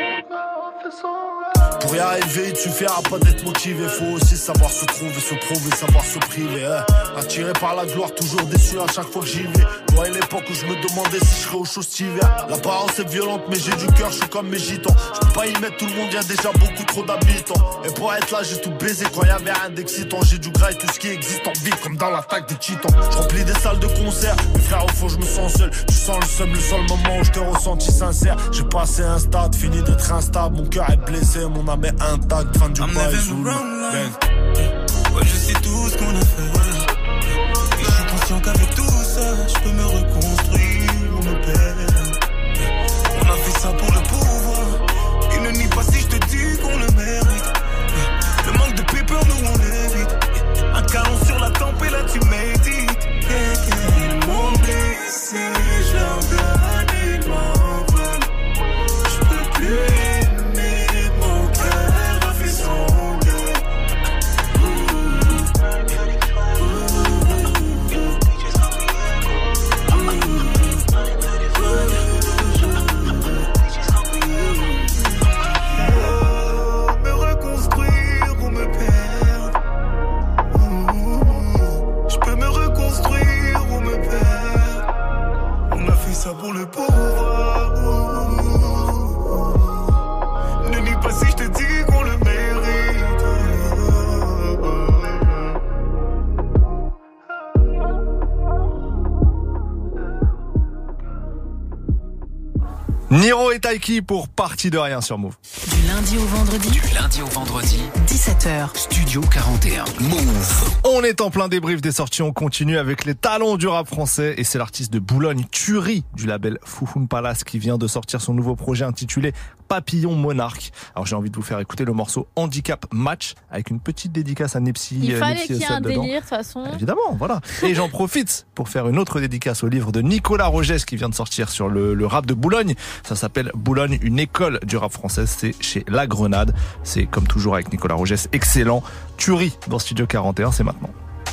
Pour y arriver, il suffira pas d'être motivé. Faut aussi savoir se trouver, se prouver, savoir se priver. Attiré par la gloire, toujours déçu à chaque fois que j'y vais. Toi, à l'époque où je me demandais si je serais au chaud cet hiver. L'apparence est violente, mais j'ai du cœur, je suis comme mes gitans. Je peux pas y mettre tout le monde, y'a déjà beaucoup trop d'habitants. Et pour être là, j'ai tout baisé quand y avait rien d'excitant. J'ai du gras et tout ce qui existe en vie, comme dans l'attaque des titans. Je remplis des salles de concert, mes frères au fond, je me sens seul. Tu sens le seum, le seul moment où je t'ai ressenti sincère. J'ai passé un stade, fini d'être instable. Mon cœur est blessé, mon âme est intacte. Fin du bail sous le ouais, je sais tout ce qu'on a fait. Et je suis conscient qu'avec tout ça, je peux me reconstruire ou me perdre. On a fait ça pour le pouvoir. Il ne nie pas si je te dis qu'on le mérite. Le manque de paper, nous on l'évite. Un canon sur la tempe et là tu médites. Ils m'ont blessé, je leur donne et ils m'envolent. Je peux plus aimer, mon cœur a fait son deuil. Me reconstruire ou me perdre. Je peux me reconstruire ou me perdre. On a fait ça pour le pouvoir. Ne nie pas si je te dis qu'on le mérite. Niro et Taiki pour Partie de rien sur Move. Du lundi au vendredi, 17h. Studio 41. Move. On est en plein débrief des sorties, on continue avec les talents du rap français et c'est l'artiste de Boulogne, Turi, du label Foufoune Palace qui vient de sortir son nouveau projet intitulé Papillon Monarque. Alors j'ai envie de vous faire écouter le morceau Handicap Match avec une petite dédicace à Nipsey. Il fallait qu'il y ait un dedans. délire de toute façon. Évidemment, voilà. Et j'en profite pour faire une autre dédicace au livre de Nicolas Rogès qui vient de sortir sur le rap de Boulogne. Ça s'appelle Boulogne, une école du rap français. C'est chez La Grenade. C'est comme toujours avec Nicolas Rogès, excellent. Turi dans Studio 41, c'est maintenant.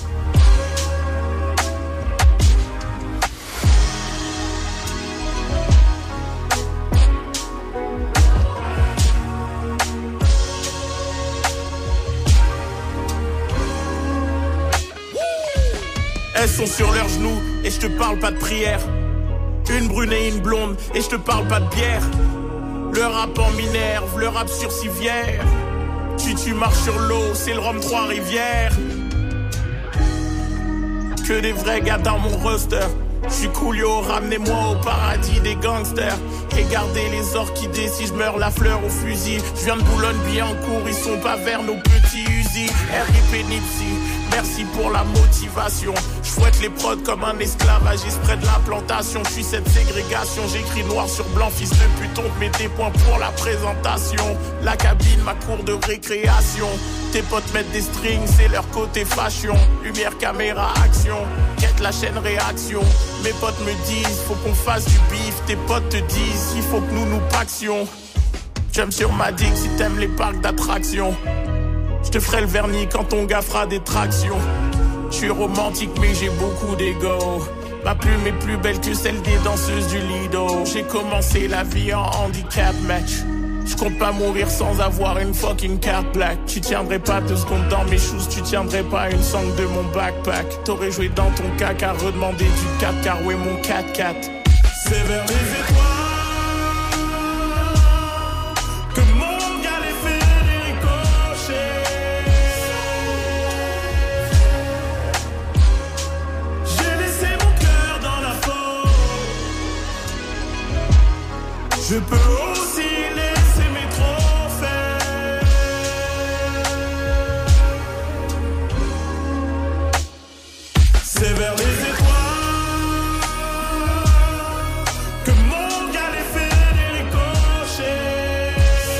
Elles sont sur leurs genoux et je te parle pas de prière. Une brune et une blonde et je te parle pas de bière. Le rap en minerve, le rap sur civière. Tu marches sur l'eau, c'est le rhum Trois-Rivières. Que des vrais gars dans mon roster. J'suis coolio, ramenez-moi au paradis des gangsters. Et gardez les orchidées si je meurs la fleur au fusil. Je viens de Boulogne-Billancourt, ils sont pas vers nos petits usines. R.I.P. Nipsey, merci pour la motivation. Je fouette les prods comme un esclavagiste près de la plantation. Je suis cette ségrégation, j'écris noir sur blanc. Fils de puton, mets des points pour la présentation. La cabine, ma cour de récréation. Tes potes mettent des strings, c'est leur côté fashion. Lumière, caméra, action. Quête la chaîne réaction. Mes potes me disent, faut qu'on fasse du bif. Tes potes te disent, il faut que nous pactions. Jump sur ma dick si t'aimes les parcs d'attractions. Je te ferai le vernis quand on gaffera des tractions. Je suis romantique mais j'ai beaucoup d'ego. Ma plume est plus belle que celle des danseuses du Lido. J'ai commencé la vie en handicap match. Je compte pas mourir sans avoir une fucking carte black. Tu tiendrais pas 2 secondes dans mes shoes, tu tiendrais pas une sangle de mon backpack. T'aurais joué dans ton caca, redemandé du 4 car ouais mon 4x4. C'est vers les étoiles que mon gars les fait ricocher. J'ai laissé mon cœur dans la fosse. Je peux aussi laisser mes trophées. C'est vers les étoiles que mon gars les fait des ricochets.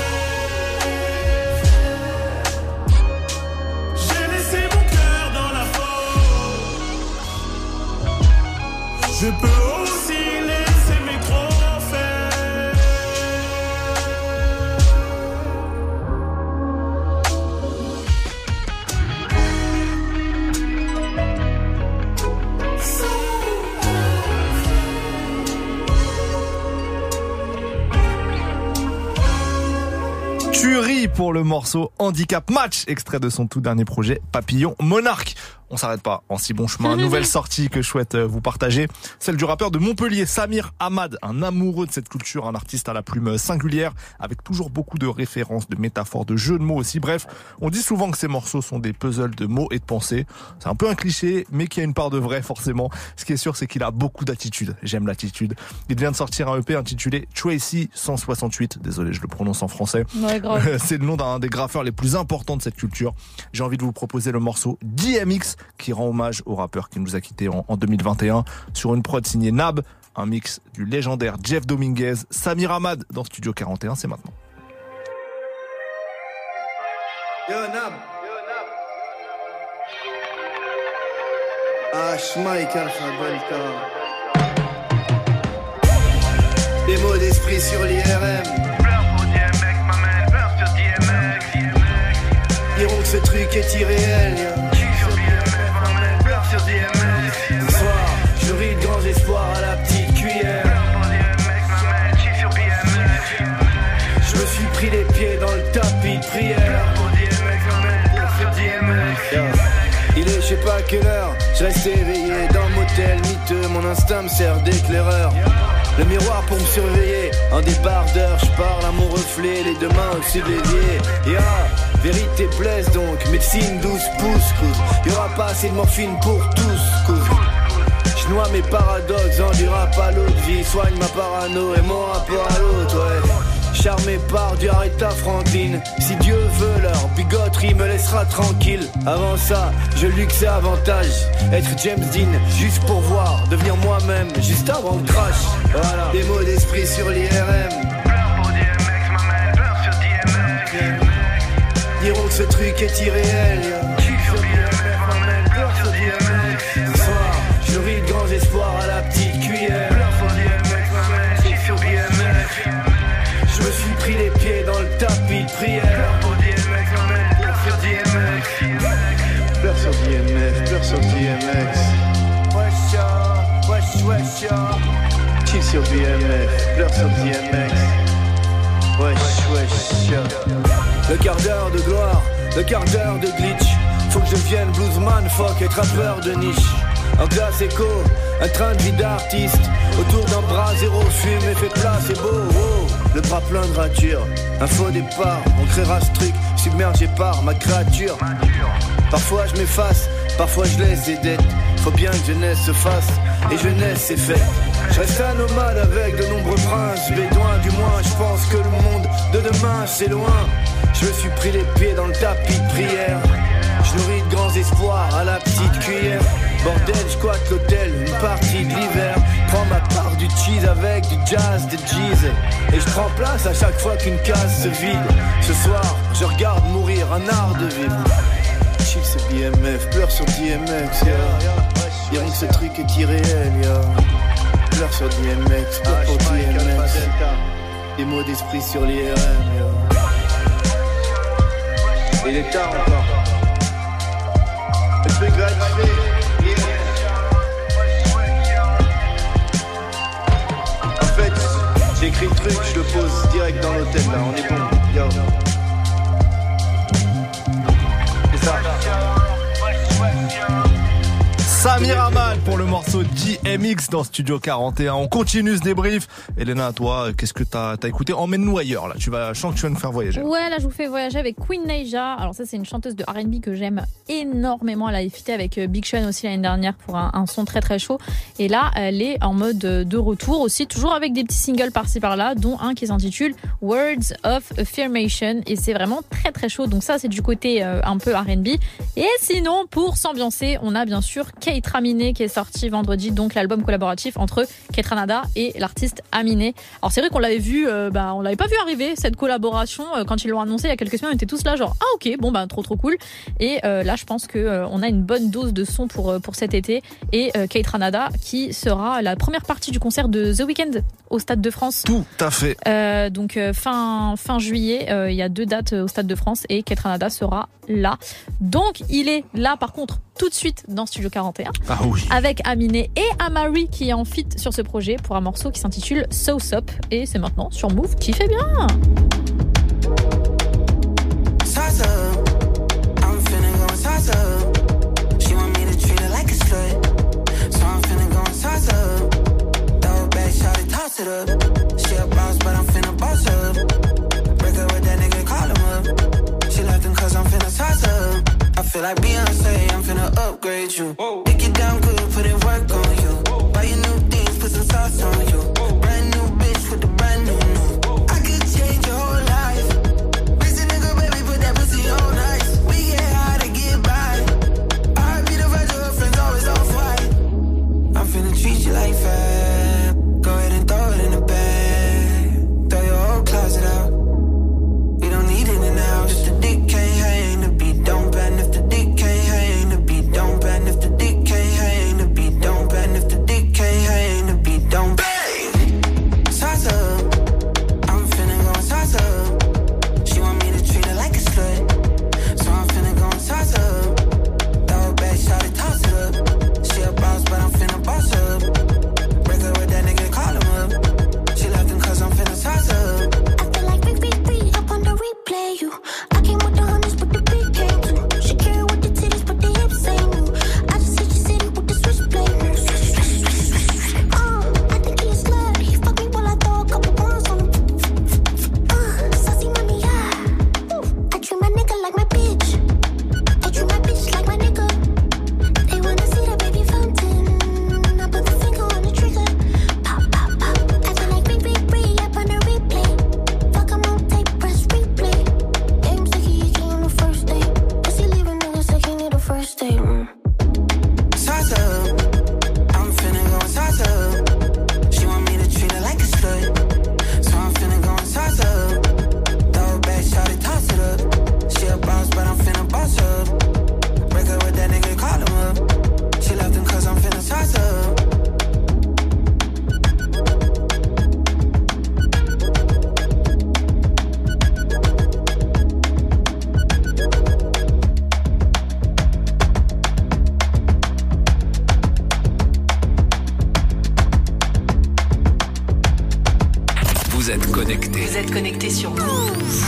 J'ai laissé mon cœur dans la fosse. Je peux aussi laisser mes trophées. Lee pour le morceau Handicap Match, extrait de son tout dernier projet Papillon Monarque. On s'arrête pas en si bon chemin. Nouvelle sortie que je souhaite vous partager, celle du rappeur de Montpellier, Samir Hamad, un amoureux de cette culture, un artiste à la plume singulière, avec toujours beaucoup de références, de métaphores, de jeux de mots aussi. Bref, on dit souvent que ces morceaux sont des puzzles de mots et de pensées. C'est un peu un cliché, mais qui a une part de vrai forcément. Ce qui est sûr, c'est qu'il a beaucoup d'attitude. J'aime l'attitude. Il vient de sortir un EP intitulé Tracy 168. Désolé, je le prononce en français. Ouais, grave. C'est le nom d'un des graffeurs les plus importants de cette culture. J'ai envie de vous proposer le morceau DMX, qui rend hommage au rappeur qui nous a quittés en 2021 sur une prod signée Nab, un mix du légendaire Jeff Dominguez. Samir Hamad dans Studio 41, c'est maintenant. Yo Nab. Mike Alpha Delta. Des mots d'esprit sur l'IRM. Diront que ce truc est irréel. Ce soir, je ris de grands espoirs à la petite cuillère. Je me suis pris les pieds dans le tapis de prière. Il est je sais pas quelle heure, je reste éveillé dans le motel miteux. Mon instinct me sert d'éclaireur. Le miroir pour me surveiller, en débardeur, je parle à mon reflet, les deux mains au-dessus de l'évier. Ya, vérité blesse donc, médecine 12 pouces, coude. Y'aura pas assez de morphine pour tous, coude. Je noie mes paradoxes dans du rap à l'autre vie, soigne ma parano et mon rapport à l'autre, ouais. Charmé par du Aretha Franklin. Si Dieu veut, leur bigoterie me laissera tranquille. Avant ça, je luxe et avantage. Être James Dean, juste pour voir. Devenir moi-même, juste avant le crash. Voilà, des mots d'esprit sur l'IRM. Diront que ce truc est irréel. Ce soir, je ris de grands espoirs à la petite cuillère. Je me suis pris les pieds dans le tapis de prière. Pleure sur DMX, pleure sur DMX. Wesh, chill sur DMX, pleure sur DMX. Wesh. Le quart d'heure de gloire, le quart d'heure de glitch. Faut que je devienne bluesman, fuck être rappeur de niche. En classe écho, un train de vie d'artiste. Autour d'un bras, zéro fume, effet plat, c'est beau, oh. Le bras plein de rature, un faux départ. On créera ce truc, submergé par ma créature. Parfois je m'efface, parfois je laisse des dettes. Faut bien que jeunesse se fasse, et jeunesse c'est fait. Je reste un nomade avec de nombreux princes bédouins, du moins je pense que le monde de demain c'est loin. Je me suis pris les pieds dans le tapis de prière. Je nourris de grands espoirs à la petite cuillère. Bordel, je squatte l'hôtel, une partie de l'hiver. Prends ma part du cheese avec du jazz, de Jeez. Et je prends place à chaque fois qu'une case se vide. Ce soir, je regarde mourir un art de vivre. Chill ce BMF, pleure sur DMX, yeah. Diront que ce truc est irréel, yeah. Pleure sur DMX, pleure pour DMX. Des mots d'esprit sur l'IRM, yeah. Il est tard encore. Le truc va être fait. En fait, j'ai écrit le truc, je le pose direct dans l'hôtel là, on est bon. Yo. C'est ça. Samir Hamad pour le morceau DMX dans Studio 41. On continue ce débrief. Elena, toi, qu'est-ce que t'as écouté? Emmène-nous ailleurs, là. Je sens que tu vas nous faire voyager. Ouais, là, je vous fais voyager avec Queen Naija. Alors ça, c'est une chanteuse de R&B que j'aime énormément. Elle a fité avec Big Sean aussi l'année dernière pour un son très très chaud. Et là, elle est en mode de retour aussi, toujours avec des petits singles par-ci par-là, dont un qui s'intitule Words of Affirmation. Et c'est vraiment très très chaud. Donc ça, c'est du côté un peu R&B. Et sinon, pour s'ambiancer, on a bien sûr Kate Aminé qui est sorti vendredi, donc l'album collaboratif entre Kate Ranada et l'artiste Aminé. Alors c'est vrai qu'on l'avait vu, on l'avait pas vu arriver cette collaboration quand ils l'ont annoncé il y a quelques semaines. On était tous là genre ok, bon trop cool. Et là je pense que on a une bonne dose de son pour cet été. Et Kate Ranada qui sera la première partie du concert de The Weeknd au Stade de France. Tout à fait. Donc fin juillet, il y a 2 dates au Stade de France et Kate Ranada sera là. Donc il est là par contre tout de suite dans Studio 41. Ah oui. Avec Aminé et Amari qui est en feat sur ce projet pour un morceau qui s'intitule Sauce Up. Et c'est maintenant sur Move qui fait bien. toss it up. She a boss, but I'm finna boss up. Break up with that nigga, call him up. She left him cause I'm finna toss up. I feel like Beyonce, I'm finna upgrade you. Dick it down good, put in work on you. Buy you new things, put some sauce on you. Brand new bitch with the brand new. I could change your whole life. Busy nigga, baby, put that pussy on ice. We get high to get by. I be the version of friends always off white. I'm finna treat you like fab. Go ahead and throw it in the bag. Throw your whole closet out. We don't need it now. If the dick can't hang, the beat don't bend. If the dick can't hang, the beat don't bend. If the dick can't hang, the beat don't bend. If the dick can't hang, the beat don't bang. Sauce up. I'm finna go and sauce up. She want me to treat her like a slut. So I'm finna go and sauce up. Throw it back, shout it, toss it up. She a boss, but I'm finna boss up. Break up with that nigga, call him up. She left him cause I'm finna sauce up. I feel like free up on the replay. You, I came with the hundreds, but the big came too. She carry with the titties, but the hips ain't new. I just hit your city with the switchblade. I think he a slut. He fuck me while I throw a couple pounds on him. Saucy mommy, yeah. I treat my nigga like my bitch. I treat my bitch like my nigga. They wanna see the baby fountain. I put the finger on the trigger. Pop, pop, pop. I feel like free up on the replay. Fuck him on tape, press replay. Game sticky on the first day. Pussy leaving nigga second in the first day. Sauce up. I'm finna go and sauce up. She want me to treat her like a slut. So I'm finna go and sauce up. Throw it back, shout it, toss it up. She a boss, but I'm finna boss up. Break up with that nigga, call him up. She left him cause I'm finna sauce up. Vous êtes connectés. Vous êtes connectés sur Move.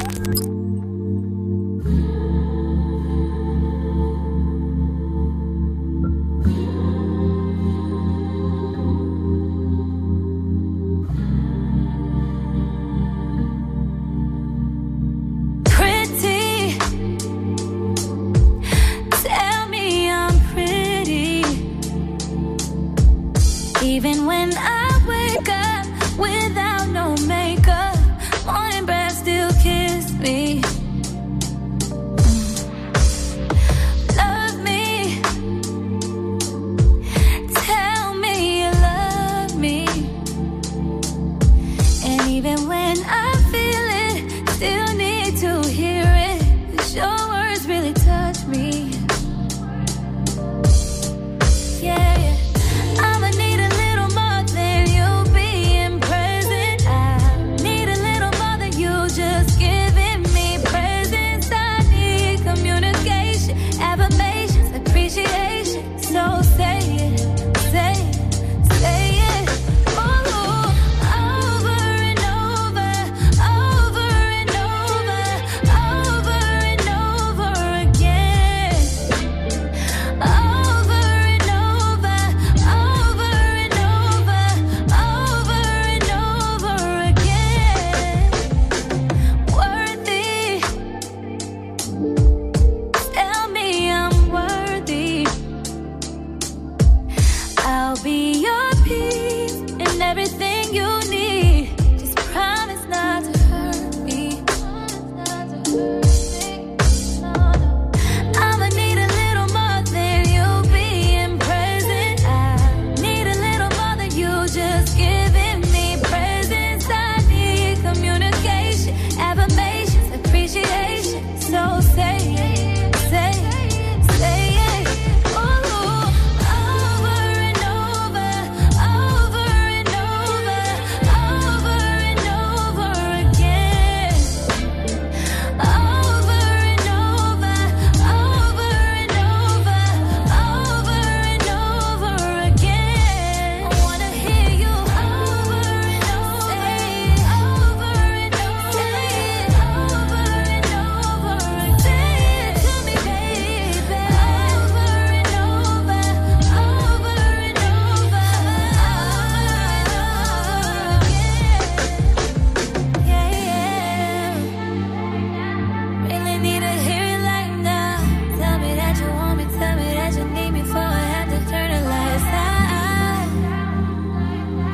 Pretty, tell me I'm pretty. Even when I wake up without no makeup, morning breath still kiss me.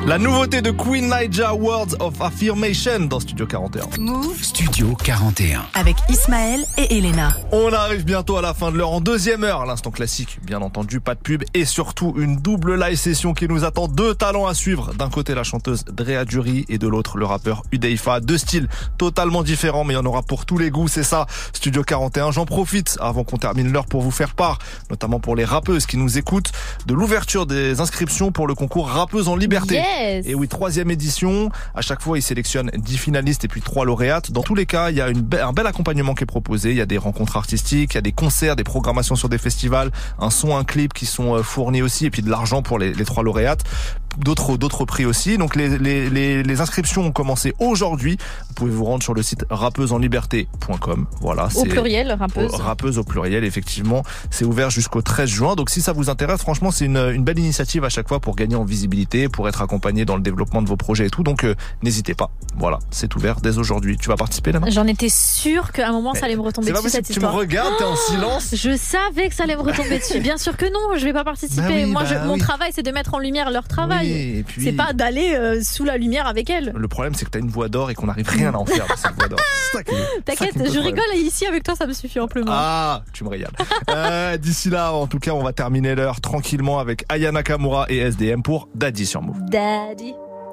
La nouveauté de Queen Naija, Words of Affirmation dans Studio 41. Move Studio 41. Avec Ismaël et Elena. On arrive bientôt à la fin de l'heure en deuxième heure. L'instant classique, bien entendu, pas de pub et surtout une double live session qui nous attend. 2 talents à suivre. D'un côté, la chanteuse Drea Jury et de l'autre, le rappeur Udeifa. 2 styles totalement différents, mais il y en aura pour tous les goûts. C'est ça, Studio 41. J'en profite avant qu'on termine l'heure pour vous faire part, notamment pour les rappeuses qui nous écoutent, de l'ouverture des inscriptions pour le concours Rappeuses en Liberté. Yes. Et oui, 3e édition. À chaque fois, ils sélectionnent 10 finalistes et puis 3 lauréates. Dans tous les cas, il y a un bel accompagnement qui est proposé. Il y a des rencontres artistiques, il y a des concerts, des programmations sur des festivals, un son, un clip qui sont fournis aussi, et puis de l'argent pour les 3 lauréates. D'autres prix aussi. Donc les inscriptions ont commencé aujourd'hui. Vous pouvez vous rendre sur le site rappeusesenliberté.com. Voilà, au pluriel, rappeuse. Rappeuse au pluriel, effectivement. C'est ouvert jusqu'au 13 juin. Donc si ça vous intéresse, franchement, c'est une belle initiative à chaque fois pour gagner en visibilité, pour être accompagné dans le développement de vos projets et tout. Donc n'hésitez pas. Voilà, c'est ouvert dès aujourd'hui. Tu vas participer, Lana ? J'en étais sûre qu'à un moment ça allait me retomber dessus, cette histoire. Tu me regardes, t'es en silence. Je savais que ça allait me retomber dessus. Bien sûr que non, je vais pas participer. Mon travail, c'est de mettre en lumière leur travail. Et puis... C'est pas d'aller sous la lumière avec elles. Le problème, c'est que t'as une voix d'or et qu'on n'arrive rien à en faire de cette voix d'or. T'inquiète, je rigole ici avec toi, ça me suffit amplement. Ah, tu me régales. D'ici là, en tout cas, on va terminer l'heure tranquillement avec Aya Nakamura et SDM pour Daddy sur Move. Daddy.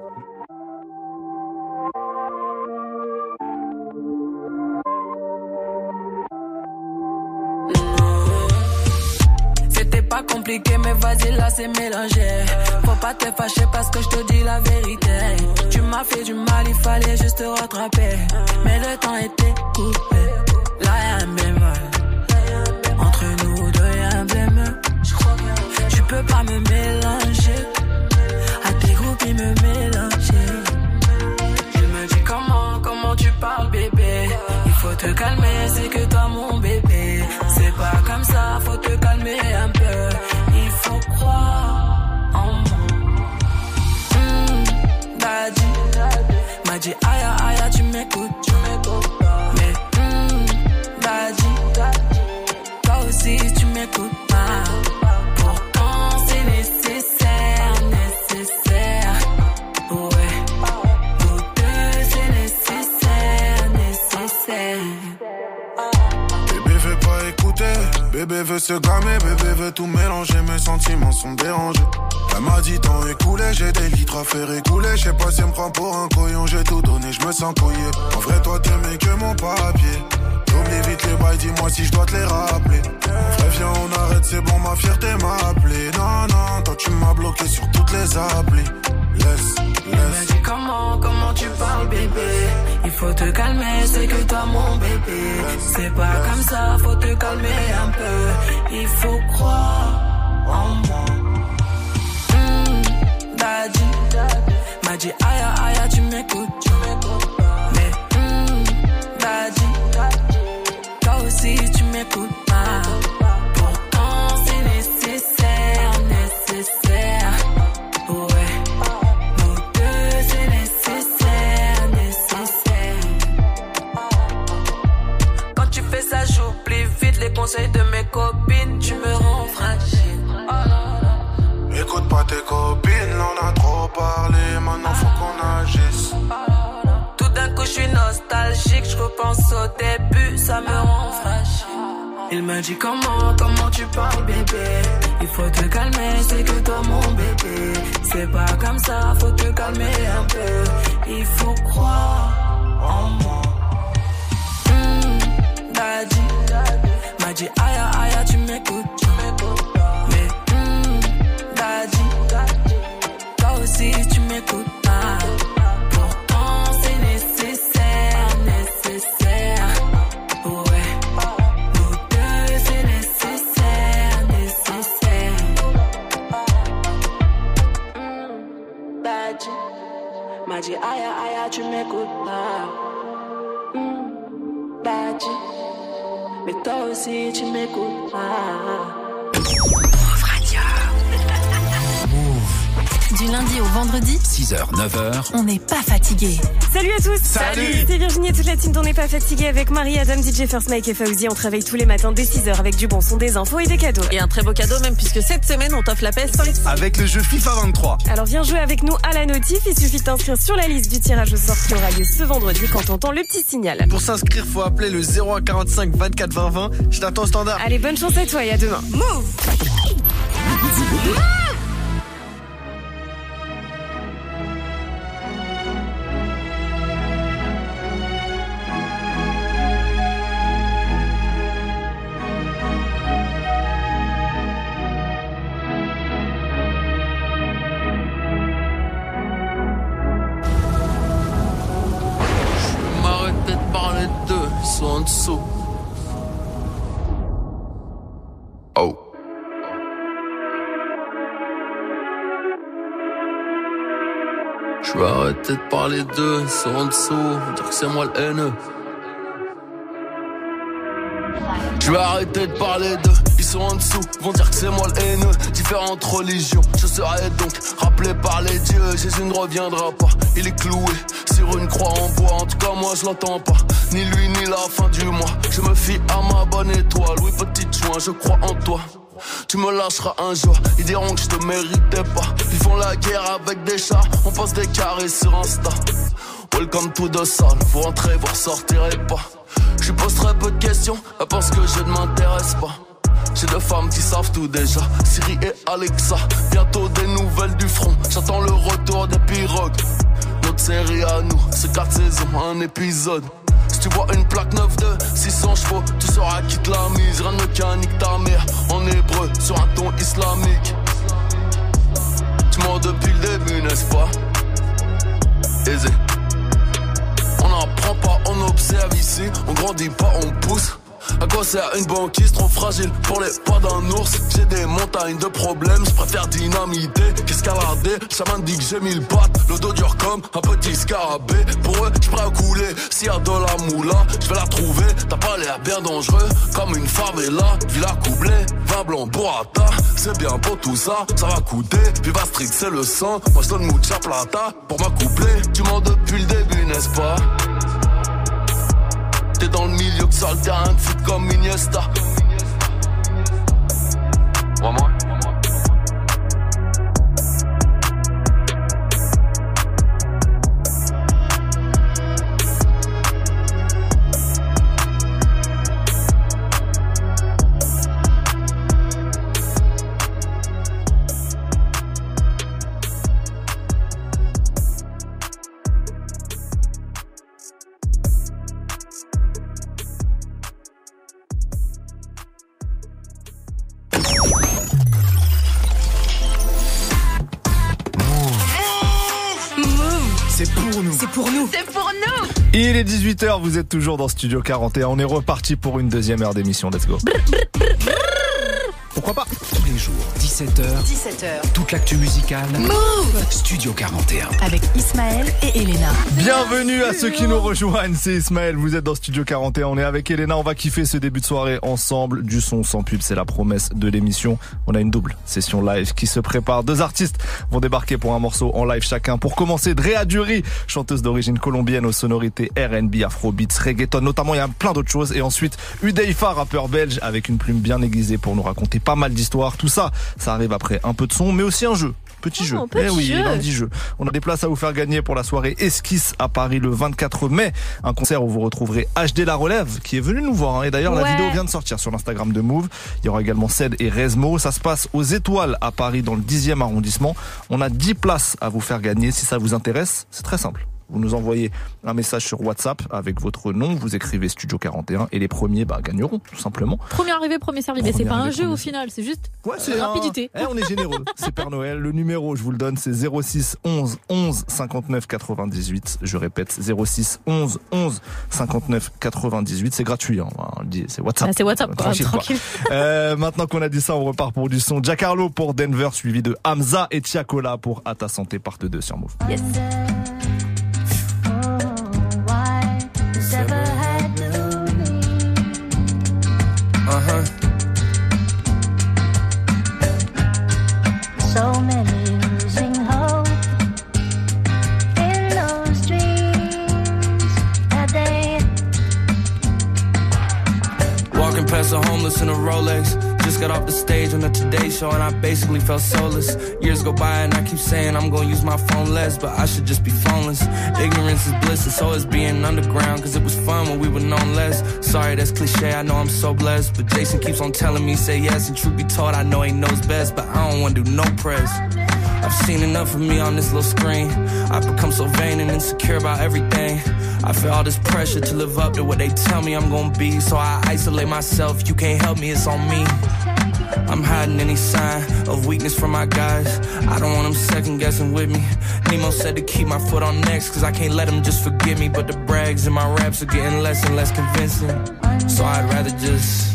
Pas compliqué mais vas-y là c'est mélangé. Faut pas te fâcher parce que je te dis la vérité. Tu m'as fait du mal, il fallait juste te rattraper. Mais le temps était coupé. Là y'a un bémol. Entre nous deux y'a un bémol. Tu peux pas me mélanger. À tes groupies me mélanger. Je me dis comment tu parles bébé. Il faut te calmer, c'est que toi mon bébé. C'est pas comme ça, faut te calmer un peu. Il faut croire en moi. Daddy m'a dit aïe aïe tu m'écoutes. Mais Daddy, toi aussi tu m'écoutes pas. Pourtant c'est nécessaire. Ouais, nous deux c'est nécessaire. Bébé veut pas écouter, bébé veut se gamer, bébé veut tout mélanger, mes sentiments sont dérangés. Elle m'a dit temps écoulé, j'ai des litres à faire écouler. Je sais pas si elle me prend pour un couillon, j'ai tout donné, je me sens couillé. En vrai toi t'aimais que mon papier. Oublie vite les bails, dis-moi si je dois te les rappeler. En vrai viens on arrête, c'est bon ma fierté m'a appelé. Non, toi tu m'as bloqué sur toutes les applis. Laisse. Me dis comment tu parles bébé. Il faut te calmer, c'est que toi mon bébé. C'est pas comme ça, faut te calmer un peu. Il faut croire en moi. Daddy m'a dit aïe aïe tu m'écoutes. Mais Daddy, toi aussi tu m'écoutes pas. Pourtant c'est nécessaire. Ouais, nous deux c'est nécessaire. Quand tu fais ça j'oublie vite les conseils de mes copines. Tu me rends fragile. Écoute pas tes copines, on a trop parlé, maintenant faut qu'on agisse. Tout d'un coup je suis nostalgique, je repense au début, ça me rend fragile. Il me dit comment tu parles bébé. Il faut te calmer, c'est que toi mon bébé. C'est pas comme ça, faut te calmer un peu. Il faut croire en moi. Daddy m'a dit aïe tu m'écoutes. Mais Daddy, toi aussi tu m'écoutes pas. Pourtant c'est nécessaire. Ouais, nous deux c'est nécessaire. Daddy m'a dit aïe tu m'écoutes pas. Daddy, mais toi aussi tu m'écoutes pas. Du lundi au vendredi, 6h, 9h. on n'est pas fatigué. Salut à tous. Salut. C'est Virginie et toute la team d'On n'est pas fatigué avec Marie, Adam, DJ First Mike et Fauzi. On travaille tous les matins dès 6h avec du bon son, des infos et des cadeaux. Et un très beau cadeau même puisque cette semaine on t'offre la PS5. Avec le jeu FIFA 23. Alors viens jouer avec nous à la notif. Il suffit de t'inscrire sur la liste du tirage au sort qui aura lieu ce vendredi quand t'entends le petit signal. Pour s'inscrire, faut appeler le 01 45 24 20 20. Je t'attends au standard. Allez, bonne chance à toi et à demain. Move. M'arrêter de parler d'eux, ils sont en dessous. Oh. Je vais arrêter de parler d'eux, ils sont en dessous, dire que c'est moi le haineux. Je vais arrêter de parler d'eux, ils sont en dessous, vont dire que c'est moi le haineux. Différentes religions, je serai donc rappelé par les dieux. Jésus ne reviendra pas, il est cloué sur une croix en bois. En tout cas moi je l'entends pas, ni lui ni la fin du mois. Je me fie à ma bonne étoile, oui petite joint, je crois en toi. Tu me lâcheras un jour, ils diront que je te méritais pas. Ils font la guerre avec des chats, on passe des carrés sur Insta. Welcome to the sun, vous rentrez, vous ressortirez pas. Je pose très peu de questions, elle pense que je ne m'intéresse pas. J'ai deux femmes qui savent tout déjà, Siri et Alexa. Bientôt des nouvelles du front, j'attends le retour des pirogues. Notre série à nous, c'est 4 saisons, un épisode. Si tu vois une plaque 9 de 600 chevaux, tu sauras qui te la mise. Rien de mécanique ta mère, en hébreu, sur un ton islamique. Tu mens depuis le début, n'est-ce pas? Aisé. On n'apprend pas, on observe ici. On grandit pas, on pousse. À quoi sert une banquise trop fragile pour les pas d'un ours? J'ai des montagnes de problèmes, je préfère dynamiter qu'escalader. Le chaman dit que j'ai 1000 pattes, le dos dur comme un petit scarabée. Pour eux, je prêt à couler, s'il y a de la moula, je vais la trouver. T'as pas l'air bien dangereux, comme une favela. Villa coublée, vin blanc, burrata. C'est bien beau tout ça, ça va coûter. Viva Street, c'est le sang, moi je donne mucha plata pour m'accoupler. Tu mens depuis le début, n'est-ce pas? T'es dans le milieu que sur le terrain de foot comme Iniesta. Moi. C'est pour nous. C'est pour nous. C'est pour nous. Il est 18h, vous êtes toujours dans Studio 41. On est reparti pour une deuxième heure d'émission. Let's go. Pourquoi pas? Tous les jours, 17h. Toute l'actu musicale. Move. Studio 41. Avec Ismaël et Elena. Bienvenue à ceux qui nous rejoignent, c'est Ismaël, vous êtes dans Studio 41, on est avec Elena, on va kiffer ce début de soirée ensemble, du son sans pub, c'est la promesse de l'émission. On a une double session live qui se prépare, 2 artistes vont débarquer pour un morceau en live chacun. Pour commencer, Drea Dury, chanteuse d'origine colombienne aux sonorités R&B, afrobeats, reggaeton, notamment il y a plein d'autres choses. Et ensuite, Udeifa, rappeur belge avec une plume bien aiguisée pour nous raconter pas mal d'histoires. Tout ça, ça arrive après un peu de son, mais aussi un jeu. Petit jeu. Petit oui, jeu. lundi jeu. On a des places à vous faire gagner pour la soirée Esquisse à Paris le 24 mai. Un concert où vous retrouverez HD La Relève qui est venu nous voir. Et d'ailleurs, la vidéo vient de sortir sur l'Instagram de Move. Il y aura également Ced et Resmo. Ça se passe aux Étoiles à Paris dans le 10e arrondissement. On a 10 places à vous faire gagner. Si ça vous intéresse, c'est très simple. Vous nous envoyez un message sur WhatsApp avec votre nom, vous écrivez Studio 41 et les premiers gagneront tout simplement. Premier arrivé, premier servi. Mais c'est pas un jeu au final, c'est juste rapidité. On est généreux, c'est Père Noël. Le numéro, je vous le donne, c'est 06 11 11 59 98. Je répète, 06 11 11 59 98. C'est gratuit, hein. C'est WhatsApp. C'est WhatsApp, tranquille. Maintenant qu'on a dit ça, on repart pour du son. Giancarlo pour Denver, suivi de Hamza et Tiakola pour À ta santé, part 2 sur Move. Yes. So many losing hopes. stage on the Today Show and I basically felt soulless. Years go by and I keep saying I'm gonna use my phone less, but I should just be phoneless. Ignorance is bliss and so is being underground, cause it was fun when we were known less. Sorry, that's cliche, I know I'm so blessed, but Jason keeps on telling me say yes, and truth be told, I know he knows best, but I don't wanna do no press. I've seen enough of me on this little screen. I've become so vain and insecure about everything. I feel all this pressure to live up to what they tell me I'm gonna be, so I isolate myself. You can't help me, it's on me. I'm hiding any sign of weakness from my guys. I don't want them second guessing with me. Nemo said to keep my foot on next, cause I can't let them just forget me. But the brags in my raps are getting less and less convincing, so I'd rather just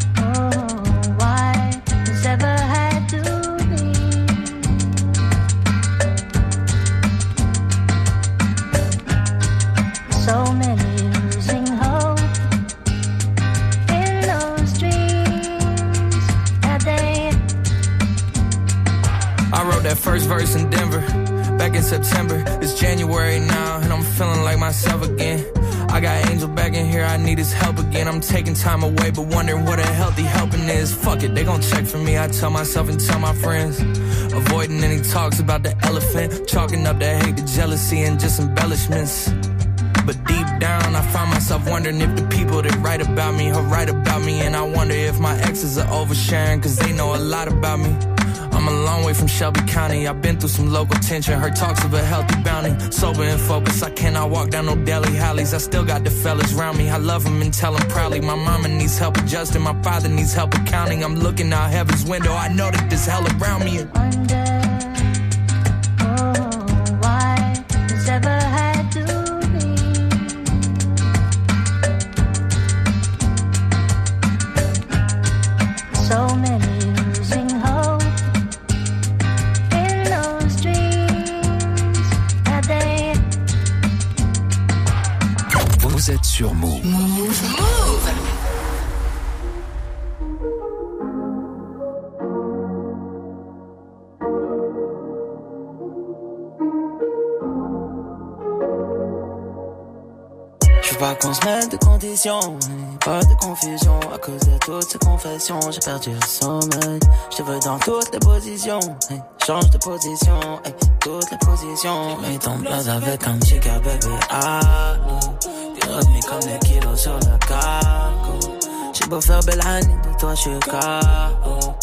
first verse in Denver, back in September. It's January now, and I'm feeling like myself again. I got Angel back in here, I need his help again. I'm taking time away, but wondering what a healthy helping is. Fuck it, they gon' check for me, I tell myself and tell my friends. Avoiding any talks about the elephant, chalking up the hate, the jealousy, and just embellishments. But deep down, I find myself wondering if the people that write about me are right about me. And I wonder if my exes are oversharing, cause they know a lot about me. I'm a long way from Shelby County, I've been through some local tension, heard talks of a healthy bounty. Sober and focused, I cannot walk down no daily alleys. I still got the fellas around me, I love them and tell them proudly. My mama needs help adjusting, my father needs help accounting. I'm looking out heaven's window, I know that there's hell around me. Vous êtes sur Move. Je veux pas qu'on se mette de conditions, pas de confusion. À cause de toutes ces confessions, j'ai perdu le sommeil. Je te veux dans toutes les positions, change de position, toutes les positions. Mets ton place avec un chica bébé, allô. Tu remis comme des kilos sur le cargo. J'ai beau faire belle année, de toi j'suis KO.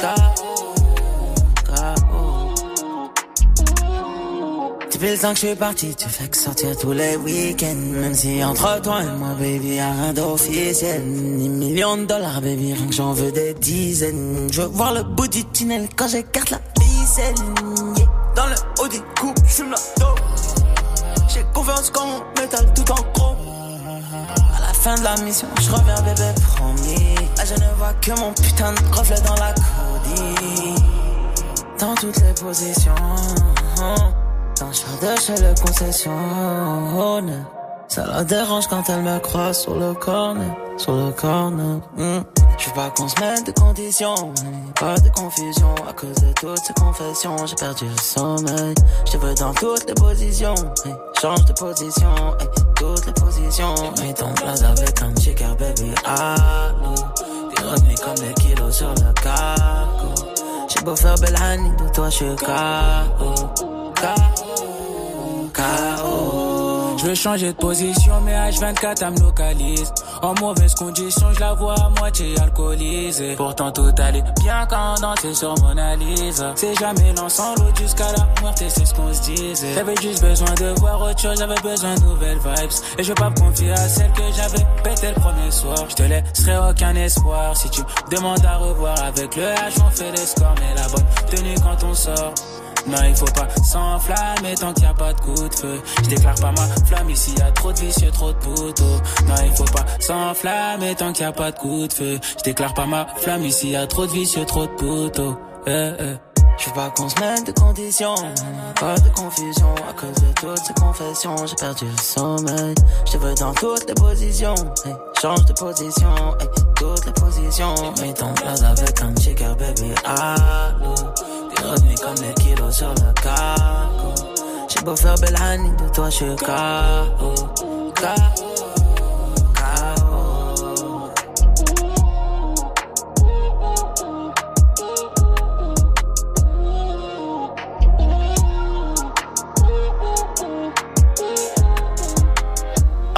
Depuis le temps que je suis parti, tu fais que sortir tous les week-ends. Même si entre toi et moi, baby, y'a rien d'officiel. Ni millions de dollars, baby, rien que j'en veux des dizaines. Je veux voir le bout du tunnel quand j'écarte la ficelle. Yeah. Dans le haut des coupes, j'fume la dope. J'ai confiance quand mon métal tout en gros. À la fin de la mission, je reviens, bébé, promis. Là, je ne vois que mon putain de reflet dans la codie. Dans toutes les positions. Dans chaque de chez le concession, ça la dérange quand elle me croise sur le corner, Je veux pas qu'on se mette de conditions, pas de confusion. À cause de toutes ces confessions, j'ai perdu le sommeil. Je te veux dans toutes les positions, change de position, toutes les positions. Mets ton place avec un chica baby, allô. T'es remis comme des kilos sur le cargo. J'ai beau faire belle année, de toi j'suis KO. Je veux changer de position, mais H24 elle me localise. En mauvaise condition, je la vois à moitié alcoolisée. Pourtant tout allait bien quand on dansait sur Mona Lisa. C'est jamais l'ensemble jusqu'à la mort, et c'est ce qu'on se disait. J'avais juste besoin de voir autre chose, j'avais besoin de nouvelles vibes. Et je veux pas me confier à celle que j'avais pété le premier soir. Je te laisserai aucun espoir si tu me demandes à revoir. Avec le H on fait des scores, mais la bonne tenue quand on sort. Non, il faut pas s'enflammer tant qu'il y a pas de coup de feu. Je déclare pas ma flamme, ici y a trop de vicieux, trop de poteaux. Non, il faut pas s'enflammer tant qu'il y a pas de coup de feu. Je déclare pas ma flamme, ici y a trop de vicieux, trop de poteaux. Je veux pas qu'on se mette de conditions, pas de confusion. À cause de toutes ces confessions, j'ai perdu le sommeil. Je te veux dans toutes les positions, change de position, toutes les positions. Mets ton place avec un chica baby, allô. T'es remis comme des kilos sur le cargo. J'ai beau faire belle année, de toi j'suis KO.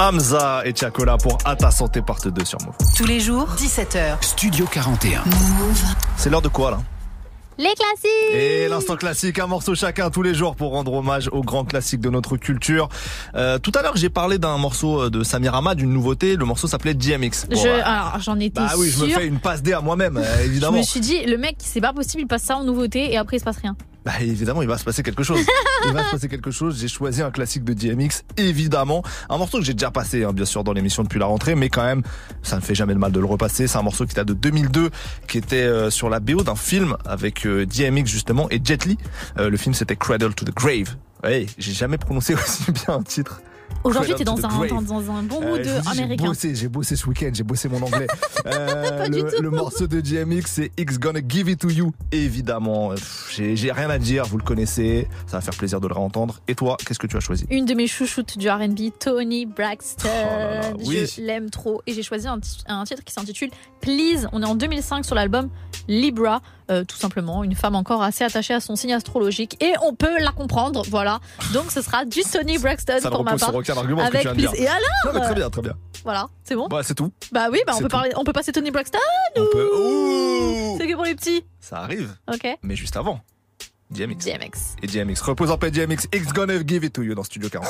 Hamza et Tiakola pour À ta santé part 2 sur Move. Tous les jours, 17h. Studio 41. Move. C'est l'heure de quoi là? Les classiques. Et l'instant classique, un morceau chacun tous les jours pour rendre hommage aux grands classiques de notre culture. Tout à l'heure, j'ai parlé d'un morceau de Samir Hamad, d'une nouveauté. Le morceau s'appelait DMX. Bon, alors, j'en étais oui, je me fais une passe D à moi-même, évidemment. Je me suis dit, le mec, c'est pas possible, il passe ça en nouveauté et après il se passe rien. Évidemment, il va se passer quelque chose. J'ai choisi un classique de DMX, évidemment. Un morceau que j'ai déjà passé, bien sûr, dans l'émission depuis la rentrée, mais quand même, ça ne fait jamais de mal de le repasser. C'est un morceau qui date de 2002, qui était sur la BO d'un film avec DMX, justement, et Jet Li. Le film, c'était Cradle to the Grave. Ouais, j'ai jamais prononcé aussi bien un titre. Aujourd'hui, t'es dans un bon mood américain. J'ai bossé ce week-end, j'ai bossé mon anglais. Le morceau de DMX, c'est X Gonna Give It To You. Évidemment, j'ai rien à dire, vous le connaissez. Ça va faire plaisir de le réentendre. Et toi, qu'est-ce que tu as choisi? Une de mes chouchoutes du R&B, Toni Braxton. Oui. Je l'aime trop. Et j'ai choisi un titre qui s'intitule Please. On est en 2005 sur l'album Libra. Tout simplement, une femme encore assez attachée à son signe astrologique. Et on peut la comprendre, voilà. Donc ce sera du Toni Braxton pour ma part. Ça ne repose sur aucun argument, ce que tu viens de dire. Et alors non, mais très bien, très bien. Voilà, c'est bon. C'est tout. Bah oui, on peut passer Toni Braxton ou... C'est que pour les petits. Ça arrive. Ok. Mais juste avant, DMX. Et DMX. Repose en paix, DMX. X Gonna Give It To You dans Studio 40.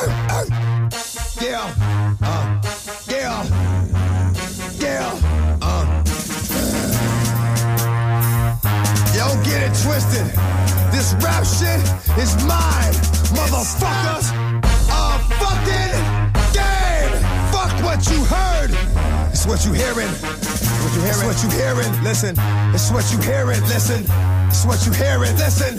Don't get it twisted. This rap shit is mine, motherfuckers. A fucking game. Fuck what you heard. It's what you hearing. It's what you hearing. Listen. It's what you hearing. Listen. It's what you hearing. Listen.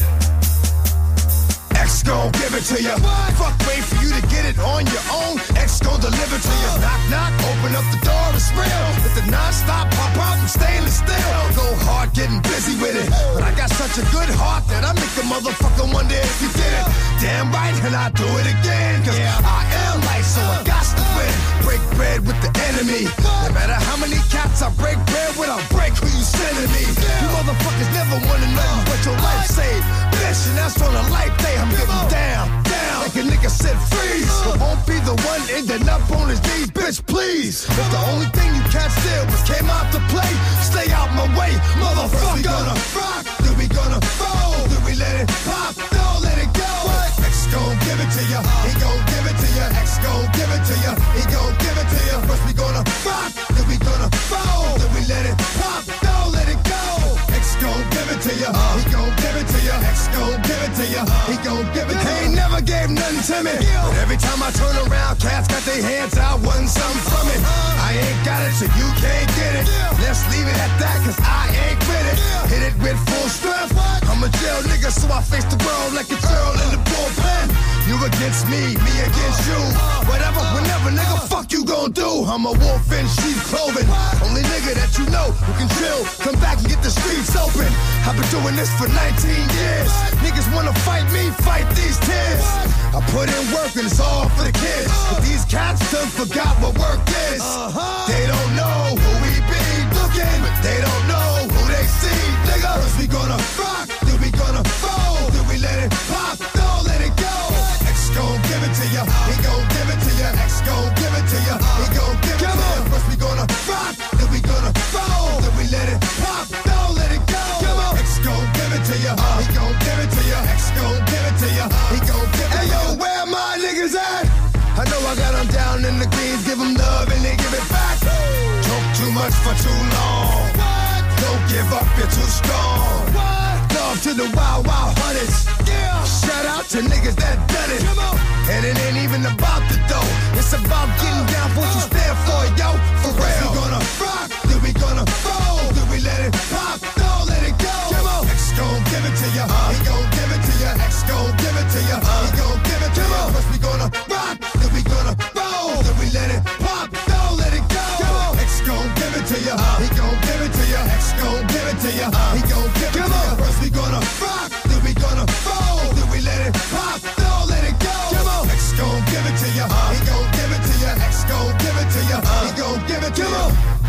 X gon' give it to you. Fuck, wait for you to get it on your own. X gon' deliver to you. Knock, knock, open up the door, it's real. With the non-stop pop-out and stainless steel. Go hard, getting busy with it. But I got such a good heart that I make a motherfucker wonder if you did it. Damn right, and I do it again. Cause I am light, so I got to win. Break bread with the enemy. No matter how many cats I break bread with, I'll break who you sending me. You motherfuckers never wanna know what your life saved. Bitch, and that's on a life day. I'm getting down, like a nigga said freeze. But won't be the one ending up on his knees, bitch, please. If the only thing you can't steal was came out to play, stay out my way, motherfucker. We gonna rock, then we gonna roll, then we let it pop, don't let it go. X gon' give it to ya, he gon' give it to ya. X gon' give it to ya, he gon' give it to ya. First we gonna rock, then we gonna roll, then we let it pop, don't let it go. X gon' give it to ya, he gon' give it to ya. X gon' give it to ya, he gon' give it to ya. He ain't never gave nothing to me, but every time I turn around, cats got their hands out, wanting something from it. I ain't got it, so you can't get it. Let's leave it at that, cause I ain't with it. Hit it with full strength. I'm a jail nigga, so I face the world like a girl in the bullpen. You against me against you. Whatever, whenever, nigga, fuck you gon' do. I'm a wolf in sheep's clothing. Only nigga that you know who can chill. Come back and get the streets open. I've been doing this for 19 years. Niggas wanna fight me, fight these tears. I put in work and it's all for the kids. But these cats done forgot what work is. They don't know who we be looking, but they don't know who they see. Nigga, first we gonna rock, then we gonna roll, then we let it pop, don't let it go. X gon' give it to ya, he gon' give it to ya. X gon' give it to ya, he gon' give it to ya. First we gonna rock, then we gonna roll, then we let it pop, don't let it go. X gon' give it to ya, he gon' give it to ya. X gon' give it to ya, he gon' give it to ya. Hey yo, where my niggas at? I know I got them down in the greens, give them love and they give it back. Talk too much for too long. Don't give up, you're too strong. Love to the wild, wild hunters. Shout out to niggas that done it. And it ain't even about the dough. It's about getting down for what you stand for, yo. For real. We gonna rock, then we gonna roll, then we let it pop, don't let it go. X gon' give it to ya, he gon' give it to ya. X gon' give it to ya, he gon' give it to ya. First we gonna rock, then we gonna roll, then we let it pop, don't let it go. X gon' give it to ya, he gon' give it to ya. X gon' give it to ya, he gon' give it to ya. First we gonna rock, then we gonna roll, then we let it pop, don't let it go. X gon' give it to ya, he gon' give it to ya. X gon' give it to ya, he gon' give it to ya.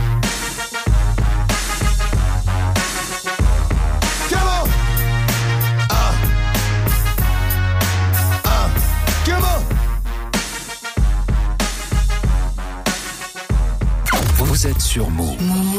Come on. Come on. Vous êtes sur Move.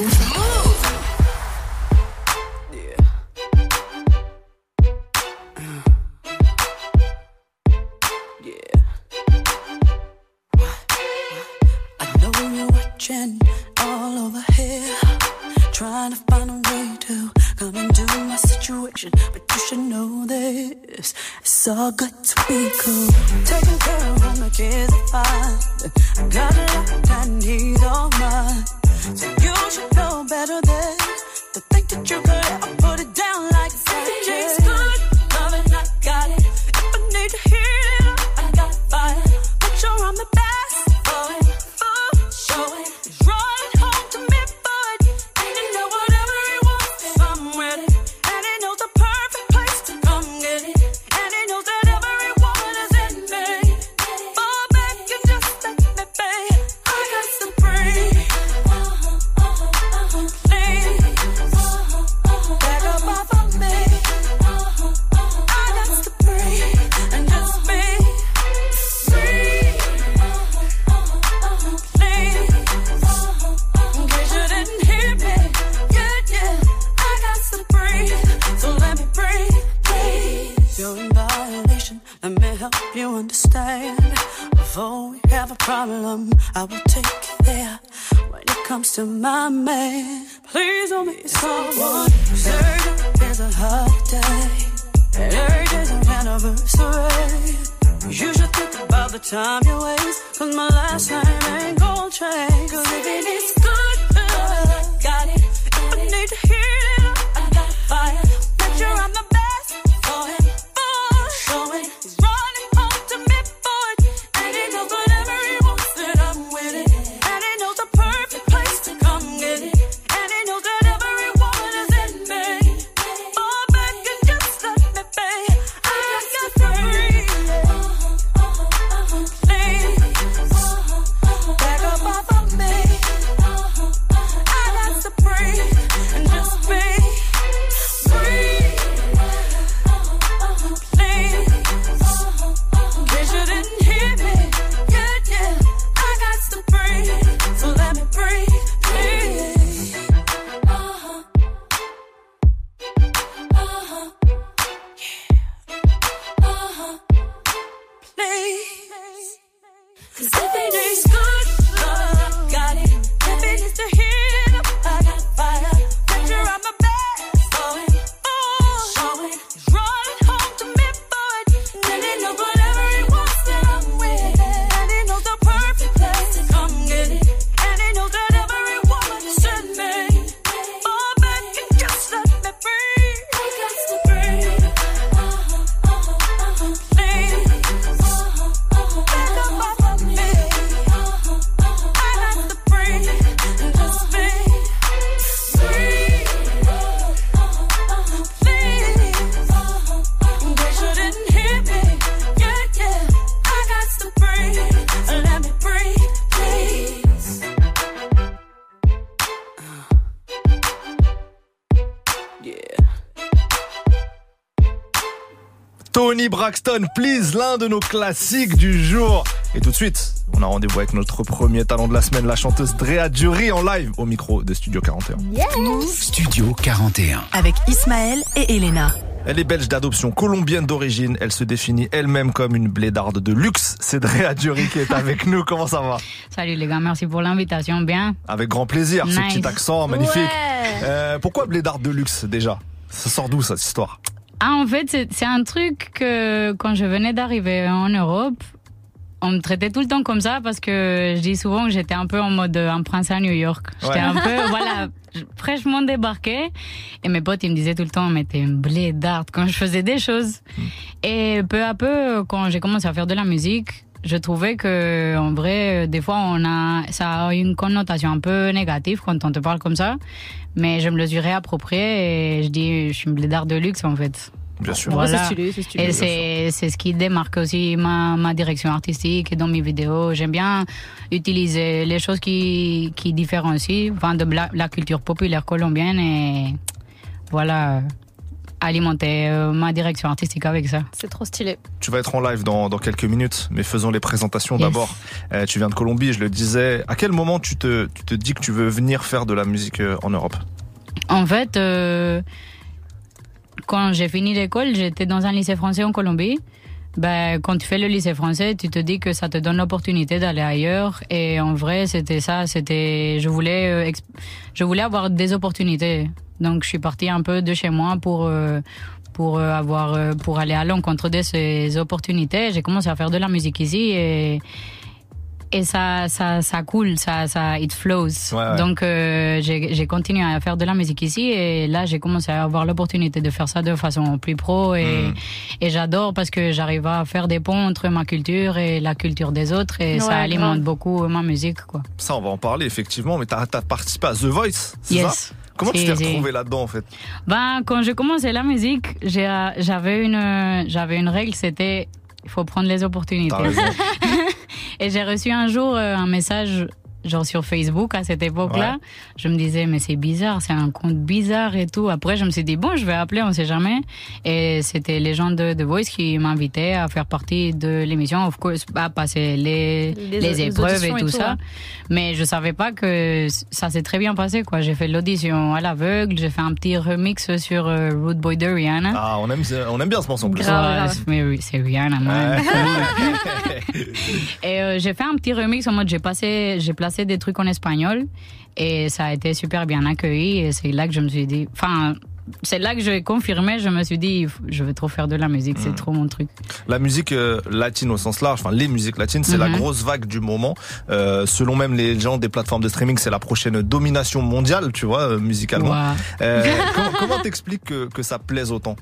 All over here, trying to find a way to come into my situation, but you should know this. It's all good to be cool. Taking care of all my kids are fine. I got a lot that needs all mine. So you should know better than to think that you could ever put it down like it's everything's good. Loving, I got it. If I need to heat it up, I got fire. Make sure I'm the best for it. Show it. Let me help you understand. Before we have a problem, I will take you there. When it comes to my man, please don't be someone. Thursday is a holiday, and every day's an anniversary. You should think about the time you waste, 'cause my last name ain't Gold Chain. 'Cause if it is good, I got it. If I need to heat it up, I got fire. Make sure I'm the best for him. Show it. He's running home to me for it. And he knows whatever he wants that I'm with it. And he knows the perfect place to come get it. And he knows that every woman is in me. Oh, back and just let me be. I got free. Please. Back up off of me. I got to breathe and just be free. Toni Braxton, Please, l'un de nos classiques du jour. Et tout de suite, on a rendez-vous avec notre premier talent de la semaine, la chanteuse Drea Jury en live au micro de Studio 41. Yes. Studio 41. Avec Ismaël et Elena. Elle est belge d'adoption, colombienne d'origine. Elle se définit elle-même comme une blédarde de luxe. C'est Drea Jury qui est avec nous. Comment ça va? Salut les gars, merci pour l'invitation. Bien. Avec grand plaisir. Nice. Ce petit accent magnifique. Ouais. Pourquoi blédarde de luxe déjà? Ça sort d'où cette histoire? En fait, c'est un truc que quand je venais d'arriver en Europe, on me traitait tout le temps comme ça parce que je dis souvent que j'étais un peu en mode un prince à New York. J'étais un peu, voilà, fraîchement débarqué. Et mes potes, ils me disaient tout le temps, mais t'es une blédarde quand je faisais des choses. Et peu à peu, quand j'ai commencé à faire de la musique, je trouvais que, en vrai, des fois, ça a une connotation un peu négative quand on te parle comme ça. Mais je me le suis réapproprié et je dis, je suis une blédarde de luxe, en fait. Bien sûr. Voilà. C'est stylé, c'est stylé. Et c'est ce qui démarque aussi ma direction artistique et dans mes vidéos. J'aime bien utiliser les choses qui différencient, enfin, de la culture populaire colombienne et voilà, alimenter ma direction artistique avec ça. C'est trop stylé. Tu vas être en live dans quelques minutes, mais faisons les présentations d'abord. Tu viens de Colombie, je le disais. À quel moment tu te dis que tu veux venir faire de la musique en Europe? En fait, quand j'ai fini l'école, j'étais dans un lycée français en Colombie. Quand tu fais le lycée français, tu te dis que ça te donne l'opportunité d'aller ailleurs. Et en vrai, c'était ça. Je voulais avoir des opportunités. Donc, je suis partie un peu de chez moi pour aller à l'encontre de ces opportunités. J'ai commencé à faire de la musique ici et ça coule, it flows. Ouais. Donc j'ai continué à faire de la musique ici et là j'ai commencé à avoir l'opportunité de faire ça de façon plus pro et j'adore parce que j'arrive à faire des ponts entre ma culture et la culture des autres et ça alimente beaucoup ma musique, quoi. Ça, on va en parler effectivement, mais t'as participé à The Voice, c'est ça? Comment tu t'es retrouvée là-dedans en fait? Quand j'ai commencé la musique, j'avais une règle, c'était il faut prendre les opportunités. Et j'ai reçu un jour un message genre sur Facebook à cette époque-là. Ouais. Je me disais, mais c'est bizarre, c'est un compte bizarre et tout. Après, je me suis dit, bon, je vais appeler, on sait jamais. Et c'était les gens de The Voice qui m'invitaient à faire partie de l'émission, of course, à passer les épreuves et tout ça. Ouais. Mais je savais pas que ça s'est très bien passé, quoi. J'ai fait l'audition à l'aveugle, j'ai fait un petit remix sur Rude Boy de Rihanna. Ah, on aime bien ce morceau en plus. Mais oui, c'est Rihanna, man. Et j'ai fait un petit remix en mode, j'ai placé des trucs en espagnol et ça a été super bien accueilli et c'est là que je me suis dit, c'est là que j'ai confirmé, je me suis dit, je vais trop faire de la musique, c'est trop mon truc. La musique latine au sens large, les musiques latines, c'est la grosse vague du moment. Selon même les gens des plateformes de streaming, c'est la prochaine domination mondiale, tu vois, musicalement. Wow. Comment t'expliques que ça plaise autant?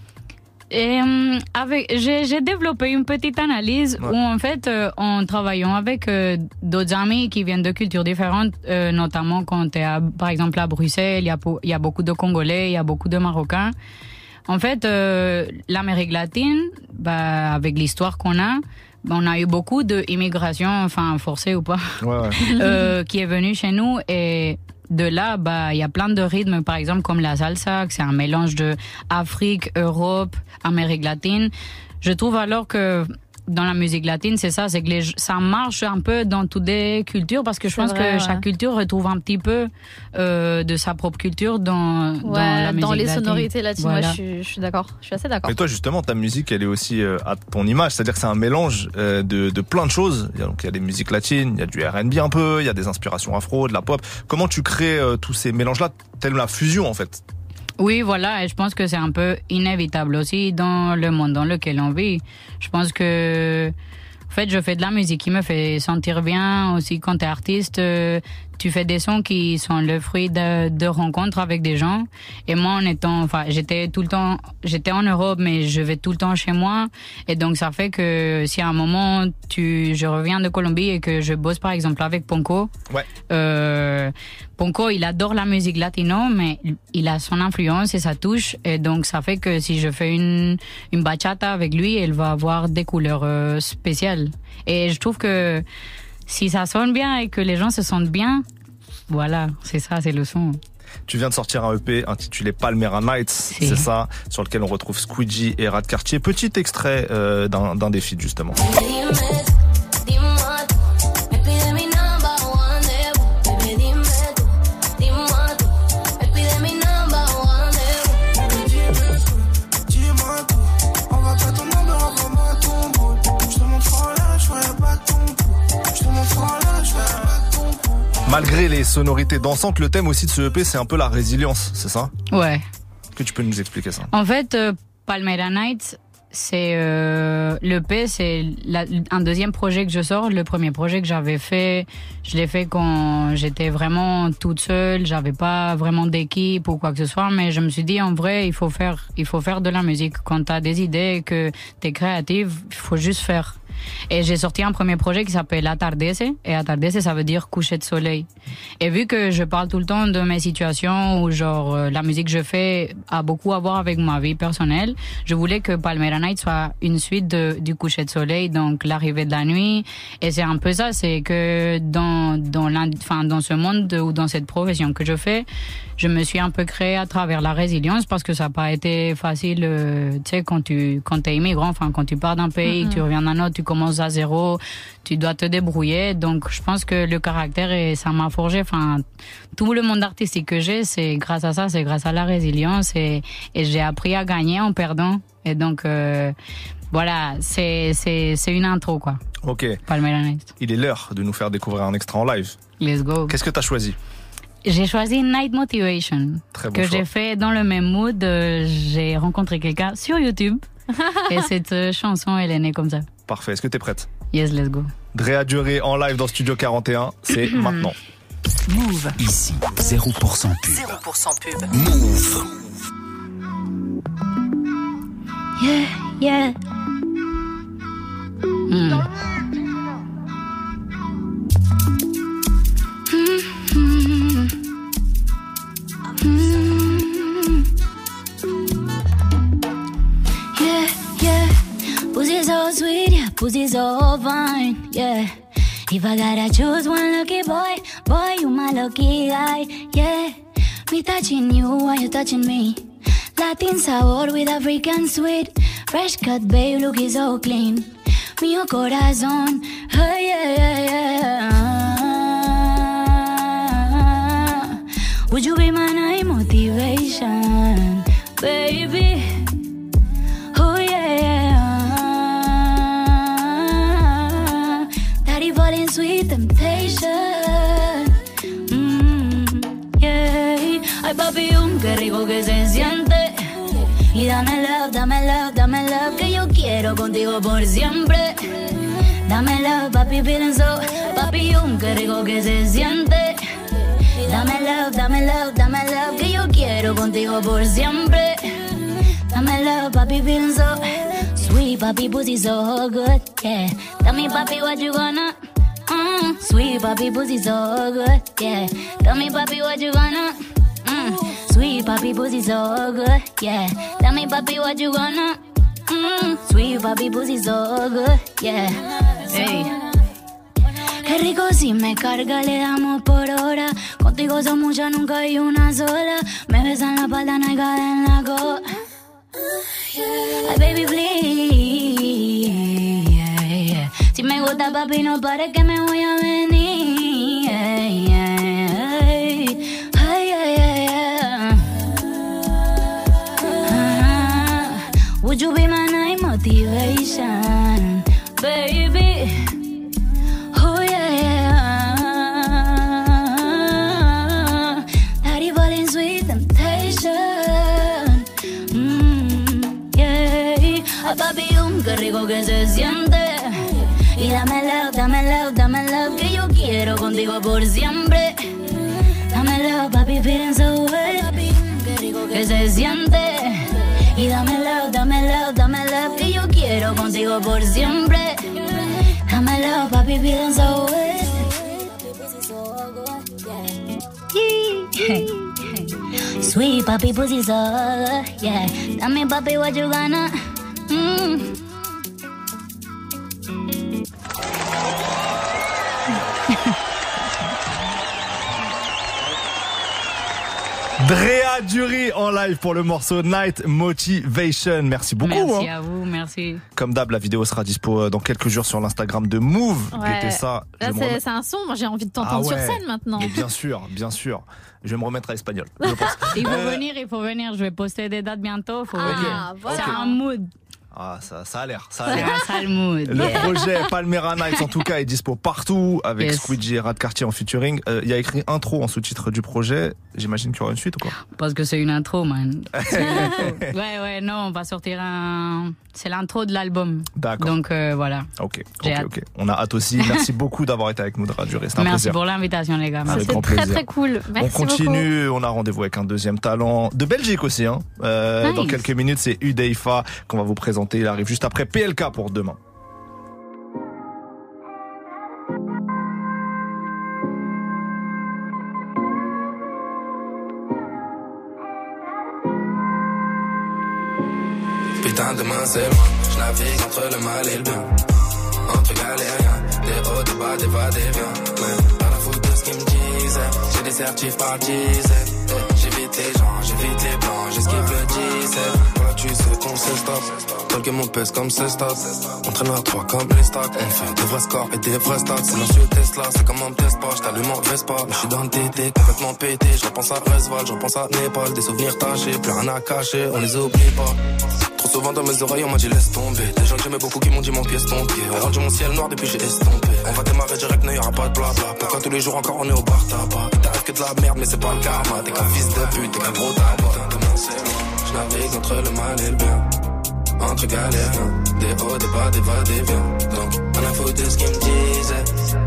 J'ai développé une petite analyse où en fait en travaillant avec d'autres amis qui viennent de cultures différentes, notamment quand tu es par exemple à Bruxelles, il y a beaucoup de Congolais, il y a beaucoup de Marocains. En fait, l'Amérique latine, avec l'histoire qu'on a, on a eu beaucoup d'immigration, forcée ou pas, qui est venue chez nous et de là, il y a plein de rythmes, par exemple comme la salsa, c'est un mélange de Afrique, Europe, Amérique latine. Je trouve alors que dans la musique latine, c'est ça, c'est que ça marche un peu dans toutes les cultures parce que je pense que chaque culture retrouve un petit peu de sa propre culture dans la musique latine. Dans les sonorités latines, voilà. Je suis d'accord, je suis assez d'accord. Et toi justement, ta musique, elle est aussi à ton image, c'est-à-dire que c'est un mélange de plein de choses. Donc il y a des musiques latines, il y a du R&B un peu, il y a des inspirations afro, de la pop. Comment tu crées tous ces mélanges-là, telle la fusion en fait? Oui, voilà, et je pense que c'est un peu inévitable aussi dans le monde dans lequel on vit. Je pense que, en fait, je fais de la musique qui me fait sentir bien aussi quand t'es artiste. Tu fais des sons qui sont le fruit de rencontres avec des gens. Et moi, j'étais en Europe, mais je vais tout le temps chez moi. Et donc, ça fait que si à un moment, je reviens de Colombie et que je bosse, par exemple, avec Ponko. Ouais. Ponko, il adore la musique latino, mais il a son influence et sa touche. Et donc, ça fait que si je fais une bachata avec lui, elle va avoir des couleurs spéciales. Et je trouve que si ça sonne bien et que les gens se sentent bien, voilà, c'est ça, c'est le son. Tu viens de sortir un EP intitulé Palmera Nights, c'est ça, sur lequel on retrouve Squeegee et Rat Cartier. Petit extrait d'un des feats, justement. Malgré les sonorités dansantes, le thème aussi de ce EP, c'est un peu la résilience, c'est ça? Ouais. Est-ce que tu peux nous expliquer ça? En fait, Palmera Nights, c'est l'EP, c'est un deuxième projet que je sors. Le premier projet que j'avais fait, je l'ai fait quand j'étais vraiment toute seule, j'avais pas vraiment d'équipe ou quoi que ce soit, mais je me suis dit en vrai, il faut faire de la musique. Quand t'as des idées, que t'es créative, il faut juste faire. Et j'ai sorti un premier projet qui s'appelle Atardece. Et Atardece, ça veut dire coucher de soleil. Et vu que je parle tout le temps de mes situations où genre la musique que je fais a beaucoup à voir avec ma vie personnelle, je voulais que Palmera Night soit une suite du coucher de soleil, donc l'arrivée de la nuit. Et c'est un peu ça, c'est que dans ce monde ou dans cette profession que je fais, je me suis un peu créée à travers la résilience parce que ça n'a pas été facile, tu sais, quand t'es immigrant, enfin, quand tu pars d'un pays, que tu reviens d'un autre, tu commences à zéro, tu dois te débrouiller. Donc, je pense que le caractère, et ça m'a forgé, enfin, tout le monde artistique que j'ai, c'est grâce à ça, c'est grâce à la résilience et j'ai appris à gagner en perdant. Et donc, voilà, c'est une intro, quoi. Ok. Palmera Night. Il est l'heure de nous faire découvrir un extrait en live. Let's go. Qu'est-ce que t'as choisi? J'ai choisi Night Motivation. Très bon que choix. J'ai fait dans le même mood. J'ai rencontré quelqu'un sur YouTube. Et cette chanson, elle est née comme ça. Parfait. Est-ce que t'es prête? Yes, let's go. Drea Dury en live dans Studio 41. C'est maintenant. Move. Ici, 0% pub. 0% pub. Move. Yeah, yeah. Yeah, yeah. Pussy so sweet, yeah. Pussy so fine, yeah. If I gotta choose one lucky boy, you my lucky guy, yeah. Me touching you while you touching me. Latin sabor with African sweet. Fresh cut, babe, looking so clean. Mio corazón, oh yeah, yeah, yeah. Would you be my night motivation, baby? Oh yeah. Daddy falling sweet temptation. Yeah. Ay papi, qué rico que se siente. Y dame love, dame love, dame love, que yo quiero contigo por siempre. Dame love, papi, feeling so, papi, qué rico que se siente. Dame love, dame love, dame love, que yo quiero contigo por siempre. Dame love, papi, feeling so sweet, papi, pussy so good, yeah. Tell me, papi, what you gonna, sweet, papi, pussy so good, yeah. Tell me, papi, what you gonna, sweet, papi, pussy so good, yeah. Tell me, papi, what you gonna, sweet, papi, pussy so good, yeah. Hey. Qué rico si me carga, le damos por hora. Contigo son muchas, nunca hay una sola. Me besan la espalda, no hay cadena en la cola. Ay, baby, please, yeah, yeah. Si me gusta, papi, no pares que me voy a venir, yeah, yeah. Ay, ay, ay, ay. Would you be my night motivation, baby? Oh yeah. Daddy falling sweet temptation. Yeah. Ay papi, qué rico que se siente. Y dame love, dame love, dame love, que yo quiero contigo por siempre. Dame love, papi, feeling so good. Qué rico que se siente. Y dame love, dame love, dame love, que yo quiero contigo por siempre. Dame love, papi, feeling so good. Sweet papi, pussy so good, yeah. Tell me, papi, what you gonna, Drea Dury en live pour le morceau Night Motivation. Merci beaucoup. Merci à vous, merci. Comme d'hab, la vidéo sera dispo dans quelques jours sur l'Instagram de Move. Ouais. Guettez ça. Là, c'est un son, moi j'ai envie de t'entendre sur scène maintenant. Mais bien sûr, bien sûr. Je vais me remettre à l'espagnol, je pense. Il faut venir. Je vais poster des dates bientôt. Voilà. C'est un mood. Ah, ça a l'air. C'est un sale mood. Le projet Palmera Nights, en tout cas, est dispo partout avec Yes. Squeegee et Radcartier en featuring. Il y a écrit intro en sous-titre du projet. J'imagine qu'il y aura une suite ou quoi? Parce que c'est une intro, man. Ouais, non, on va sortir c'est l'intro de l'album. D'accord. Donc voilà. Ok. J'ai hâte. On a hâte aussi. Merci beaucoup d'avoir été avec nous, Drea Dury. C'est un Merci plaisir. pour l'invitation, les gars. Avec grand Très plaisir. très cool. Merci On continue, beaucoup. on a rendez-vous avec un deuxième talent de Belgique aussi. Hein. Nice. Dans quelques minutes, c'est Udeifa qu'on va vous présenter. Il arrive juste après PLK pour demain. Putain demain c'est loin, je navigue entre le mal et le bien. Entre galériens, des hauts, des bas, des va, des viens. Mais pas la faute de ce qu'ils me disent. J'ai des certifs par dizaines. J'évite les gens, j'évite les blancs, j'esquive le 17. Voilà, tu sais qu'on se stop. Tel que mon pèse comme ce stop. On traîne à 3 comme les stocks. On fait des vrais scores et des vrais stats. C'est monsieur Tesla, c'est comme on me teste pas. J't'allume en Vespa, mais j'suis dans le TT, complètement pété. J'repense à Resval, j'repense à Népal. Des souvenirs tachés, plus rien à cacher, on les oublie pas. Trop souvent dans mes oreilles on m'a dit laisse tomber. Des gens que j'aimais beaucoup qui m'ont dit mon pied est ton pied. On rendu mon ciel noir depuis j'ai estompé. On va démarrer direct, n'y aura pas de blabla. Pourquoi tous les jours encore on est au bar tabac? T'arrives que de la merde mais c'est pas le karma. T'es qu'un fils de pute, t'es qu'un gros tabac. Demain c'est loin, j'navigue entre le mal et le bien. Entre galériens, des hauts, des bas, des va, des viens. Donc on a foutu de ce qu'ils me disaient.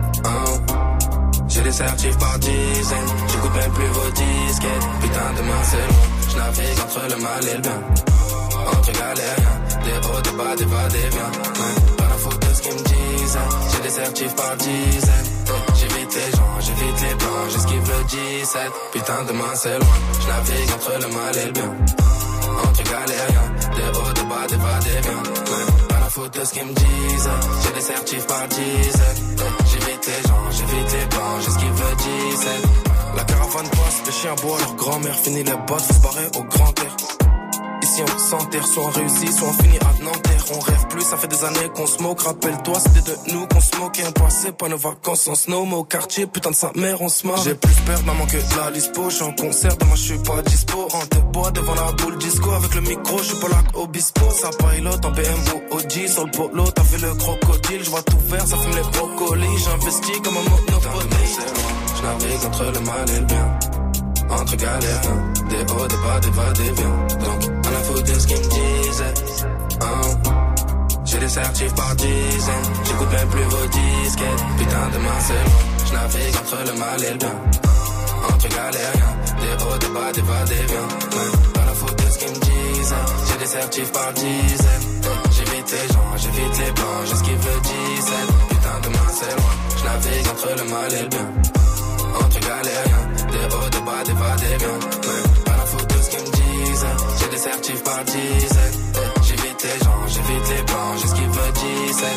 J'ai des certifs par dizaines. J'écoute même plus vos disquettes. Putain demain c'est loin, j'navigue entre le mal et le bien. Entre galériens, des hauts, des bas, des va, des viens. Pas la faute de ce qu'ils me disent. J'ai des certifs par dizaines. J'évite les gens, j'évite les blancs, j'esquive le 17. Putain demain c'est loin, j'navigue entre le mal et le bien. Entre galériens, des hauts, des bas, des va, des viens. Pas la faute de ce qu'ils me disent. J'ai des certifs par dizaines. J'évite les gens, j'évite les blancs, j'esquive le 17. La caravane passe, les chiens boivent, leur grand-mère finit les bottes, faut se barrer au grand air. Ici on s'enterre, soit on réussit, soit on finit à Nanterre. On rêve plus, ça fait des années qu'on se moque. Rappelle-toi, c'était de nous qu'on se moquait. On passait pas nos vacances en snow, mais au quartier, putain de sa mère, on se marre. J'ai plus peur de maman que de la lispo. J'suis en concert, demain j'suis pas dispo. En te bois devant la boule disco. Avec le micro, j'suis pas là qu'Obispo. Ça pilote en BM ou OG. Sur le polo, t'as fait le crocodile. J'vois tout vert, ça fume les brocolis. J'investis comme un monopoly. J'navigue entre le mal et le bien. Entre galériens, des hauts, des bas, des va, des viens. Donc, on a foutu de ce qu'ils me disaient. J'ai des certifs par dizaines. J'écoute même plus vos disquettes. Putain, demain c'est loin, j'navigue entre le mal et le bien. Entre galériens, des hauts, des bas, des va, des viens. Pas la faute de ce qu'ils me disent. J'ai des certifs par dizaines. J'évite les gens, j'évite les blancs, j'esquive le 17. Putain, demain c'est loin, j'navigue entre le mal et le bien. Entre galériens, des hauts, des bas, des va, des viens. Pas la faute de ce qu'ils me disent. J'ai des certifs par dizaines. J'évite les gens, j'évite les blancs, j'esquive le 17.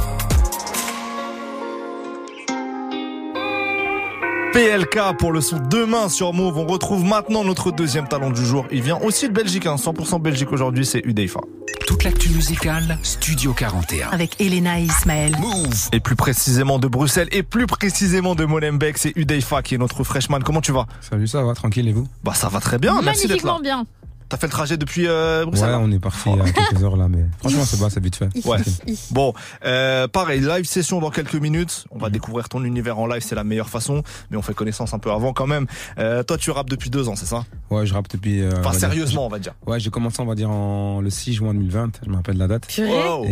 PLK pour le son Demain sur Move. On retrouve maintenant notre deuxième talent du jour. Il vient aussi de Belgique, 100% Belgique aujourd'hui, c'est Udeifa. Toute l'actu musicale, Studio 41. Avec Elena et Ismaël. Move. Et plus précisément de Bruxelles et plus précisément de Molenbeek, c'est Udeifa qui est notre freshman. Comment tu vas? Salut, ça va, tranquille, et vous? Bah ça va très bien, merci d'être là. Magnifiquement bien. T'as fait le trajet depuis Bruxelles? Ouais, on est parti il y a quelques heures là, mais franchement c'est c'est vite fait. Ouais. Bon, pareil, live session dans quelques minutes. On va découvrir ton univers en live, c'est la meilleure façon, mais on fait connaissance un peu avant quand même. Toi, tu rappes depuis 2 ans, c'est ça? Ouais, je rappe depuis. Enfin, sérieusement, on va dire. Ouais, j'ai commencé, on va dire, le 6 juin 2020. Je me rappelle la date. Wow.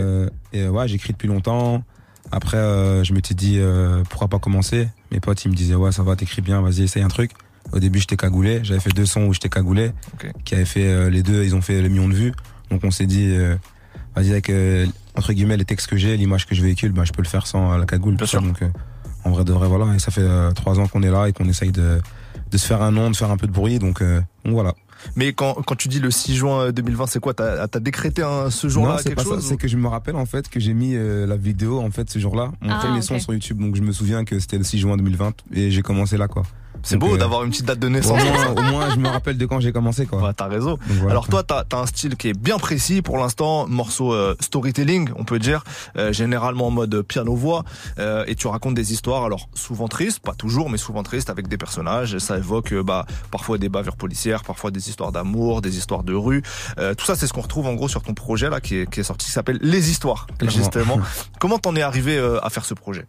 Et ouais, j'écris depuis longtemps. Après, je m'étais dit pourquoi pas commencer. Mes potes, ils me disaient ouais, ça va, t'écris bien, vas-y, essaye un truc. Au début, j'étais cagoulé. J'avais fait 2 sons où j'étais cagoulé, qui avaient fait les 2, ils ont fait le million de vues. Donc on s'est dit, vas-y, avec entre guillemets les textes que j'ai, l'image que je véhicule, bah je peux le faire sans la cagoule. Bien sûr. Donc en vrai de vrai, voilà. Et ça fait 3 ans qu'on est là et qu'on essaye de se faire un nom, de faire un peu de bruit. Donc voilà. Mais quand tu dis le 6 juin 2020, c'est quoi? T'as décrété ce jour-là quelque chose? Non, c'est que je me rappelle en fait que j'ai mis la vidéo en fait ce jour-là. On fait les sons sur YouTube, donc je me souviens que c'était le 6 juin 2020 et j'ai commencé là quoi. C'est beau d'avoir une petite date de naissance. Au moins, je me rappelle de quand j'ai commencé, quoi. Ouais, t'as raison. Voilà, alors toi, t'as un style qui est bien précis pour l'instant, morceau storytelling, on peut dire, généralement en mode piano-voix, et tu racontes des histoires, alors souvent tristes, pas toujours, mais souvent tristes, avec des personnages. Et ça évoque parfois des bavures policières, parfois des histoires d'amour, des histoires de rue. Tout ça, c'est ce qu'on retrouve en gros sur ton projet là, qui est sorti, qui s'appelle Les Histoires, justement. Comment t'en es arrivé à faire ce projet?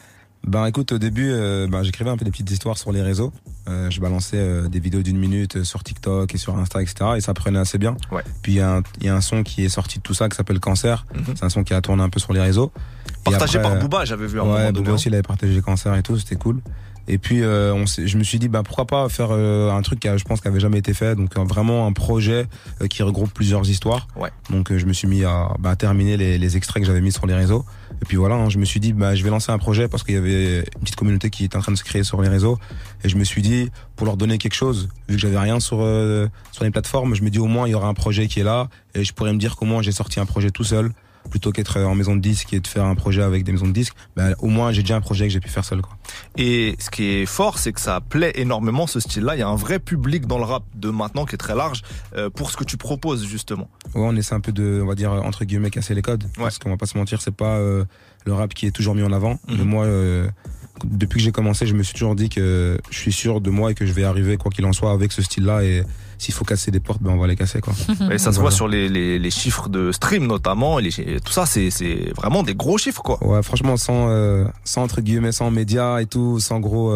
Ben écoute, au début, j'écrivais un peu des petites histoires sur les réseaux. Je balançais des vidéos d'1 minute sur TikTok et sur Insta, etc. Et ça prenait assez bien. Ouais. Puis il y a un son qui est sorti de tout ça qui s'appelle Cancer. C'est un son qui a tourné un peu sur les réseaux. Partagé par Booba, j'avais vu un moment donné. Booba aussi, il avait partagé Cancer et tout, c'était cool. Et puis je me suis dit pourquoi pas faire un truc je pense qui avait jamais été fait, donc vraiment un projet qui regroupe plusieurs histoires. Ouais. Donc je me suis mis à terminer les extraits que j'avais mis sur les réseaux. Et puis voilà, je me suis dit je vais lancer un projet parce qu'il y avait une petite communauté qui était en train de se créer sur les réseaux. Et je me suis dit, pour leur donner quelque chose, vu que j'avais rien sur les plateformes, je me dis au moins il y aura un projet qui est là et je pourrais me dire comment j'ai sorti un projet tout seul plutôt qu'être en maison de disques et de faire un projet avec des maisons de disques. Au moins j'ai déjà un projet que j'ai pu faire seul, quoi. Et ce qui est fort, c'est que ça plaît énormément, ce style-là. Il y a un vrai public dans le rap de maintenant qui est très large pour ce que tu proposes, justement. Ouais, on essaie un peu de, on va dire, entre guillemets, casser les codes. Ouais. Parce qu'on va pas se mentir, c'est pas le rap qui est toujours mis en avant. Mais moi, depuis que j'ai commencé, je me suis toujours dit que je suis sûr de moi et que je vais arriver, quoi qu'il en soit, avec ce style-là. Et s'il faut casser des portes, on va les casser, quoi. Et ça se voit sur les chiffres de stream, notamment. Tout ça, c'est vraiment des gros chiffres, quoi. Ouais, franchement, sans entre guillemets, sans médias et tout, sans gros,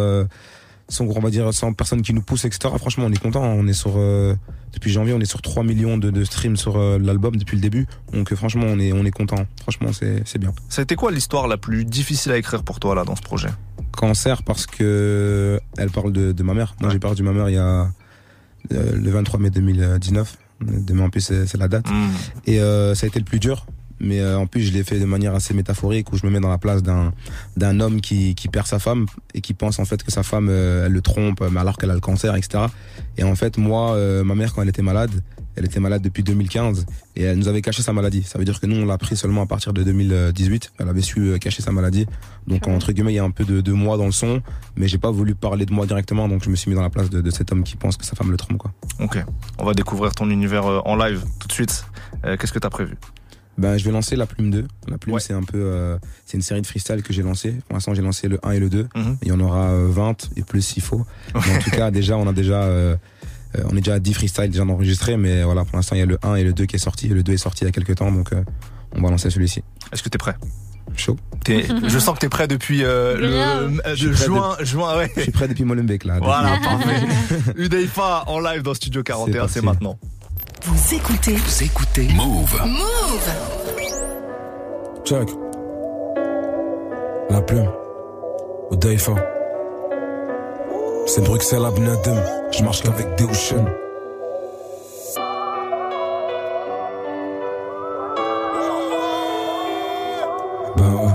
on va dire, sans personne qui nous pousse, etc. Franchement, on est content. On est sur, depuis janvier, on est sur 3 millions de streams sur l'album depuis le début. Donc, franchement, on est content. Franchement, c'est bien. Ça a été quoi l'histoire la plus difficile à écrire pour toi, là, dans ce projet? Cancer, parce que elle parle de ma mère. Moi, j'ai perdu ma mère il y a, le 23 mai 2019. Demain, en plus, c'est la date. Et ça a été le plus dur. Mais en plus, je l'ai fait de manière assez métaphorique, où je me mets dans la place d'un homme qui perd sa femme et qui pense en fait que sa femme elle le trompe, mais alors qu'elle a le cancer, etc. Et en fait, moi, ma mère, quand elle était malade depuis 2015 et elle nous avait caché sa maladie. Ça veut dire que nous, on l'a appris seulement à partir de 2018. Elle avait su cacher sa maladie. Donc entre guillemets, il y a un peu de moi dans le son, mais j'ai pas voulu parler de moi directement, donc je me suis mis dans la place de cet homme qui pense que sa femme le trompe, quoi. Ok, on va découvrir ton univers en live tout de suite. Qu'est-ce que t'as prévu? Je vais lancer La Plume 2. La Plume, c'est un peu, c'est une série de freestyle que j'ai lancé. Pour l'instant, j'ai lancé le 1 et le 2. Il y en aura 20 et plus s'il faut. Mais en tout cas, on est déjà à 10 freestyles déjà enregistrés, mais voilà, pour l'instant, il y a le 1 et le 2 qui est sorti. Et le 2 est sorti il y a quelques temps, donc on va lancer celui-ci. Est-ce que t'es prêt? Chaud. Je sens que t'es prêt depuis juin, ouais. Je suis prêt depuis Molenbeek, là. Voilà, parfait. Udaifa en live dans Studio 41, c'est maintenant. Vous écoutez Move. Check. La Plume. Udaifa. C'est Bruxelles à Benadem. Je marche qu'avec des Ocean. Ouais.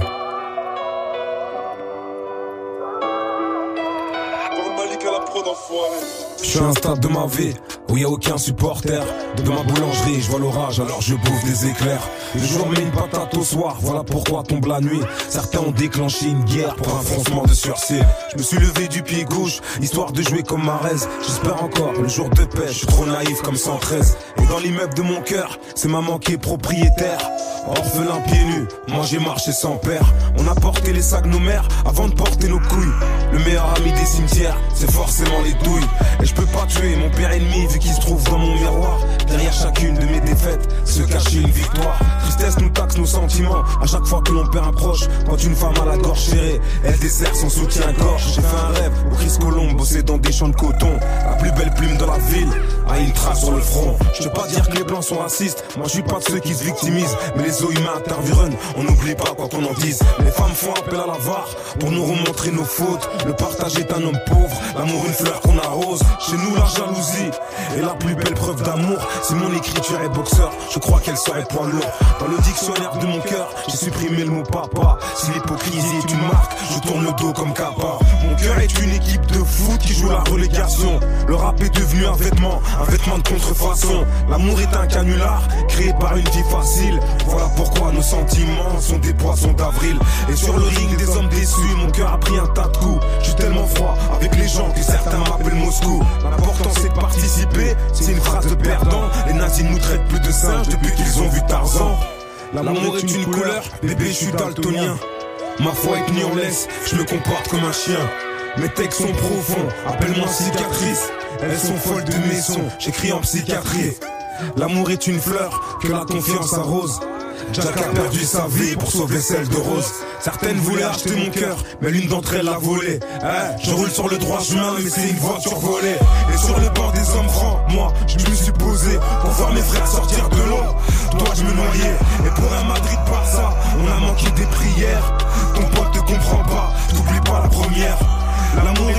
Je suis à un stade de ma vie où y a aucun supporter. De ma boulangerie, je vois l'orage, alors je bouffe des éclairs. Le jour met une patate au soir, voilà pourquoi tombe la nuit. Certains ont déclenché une guerre pour un froncement de sursis. Je me suis levé du pied gauche, histoire de jouer comme Marez. J'espère encore le jour de paix, je suis trop naïf comme 113. Et dans l'immeuble de mon cœur, c'est maman qui est propriétaire. Orphelin pieds nus, moi j'ai marché sans père. On a porté les sacs nos mères avant de porter nos couilles. Le meilleur ami des cimetières, c'est forcément les douilles. Et je peux pas tuer mon père ennemi vu qu'il se trouve dans mon miroir. Derrière chacune de mes défaites se cache une victoire. Tristesse nous taxe nos sentiments à chaque fois que l'on perd un proche. Quand une femme a la gorge serrée, elle dessert son soutien-gorge. J'ai fait un rêve au Chris Colombe, bosser dans des champs de coton. La plus belle plume de la ville a une trace sur le front. Je veux pas dire que les blancs sont racistes, moi je suis pas de ceux qui se victimisent. Mais les os humains intervirent, on n'oublie pas quoi qu'on en dise. Les femmes font appel à la VAR pour nous remontrer nos fautes. Le partage est un homme pauvre, l'amour une fleur qu'on arrose. Chez nous la jalousie est la plus belle preuve d'amour. Si mon écriture est boxeur, je crois qu'elle serait poids lourd. Dans le dictionnaire de mon cœur, j'ai supprimé le mot papa. Si l'hypocrisie est une marque, je tourne le dos comme Kappa. Mon cœur est une équipe de foot qui joue la relégation. Le rap est devenu un vêtement de contrefaçon. L'amour est un canular créé par une vie facile. Voilà pourquoi nos sentiments sont des poissons d'avril. Et sur le ring des hommes déçus, mon cœur a pris un tas de coups. Je suis tellement froid avec les gens que certains m'appellent Moscou. L'important c'est de participer, c'est une phrase de perdant. Les nazis nous traitent plus de singes depuis qu'ils ont vu Tarzan. L'amour est une couleur, bébé je suis daltonien. Ma foi est laisse, je me comporte comme un chien. Mes textes sont profonds, appelle-moi cicatrice. Elles sont folles de maison, j'écris en psychiatrie. L'amour est une fleur que la confiance arrose. Jack a perdu sa vie pour sauver celle de Rose. Certaines voulaient acheter mon cœur, mais l'une d'entre elles l'a volé. Je roule sur le droit chemin, mais c'est une voiture volée. Et sur le bord des hommes francs, moi, je me suis posé pour voir mes frères sortir de l'eau. Dois-je me noyer? Et pour un Madrid-Barça, on a manqué des prières. Ton pote te comprend pas, t'oublies pas la première. L'amour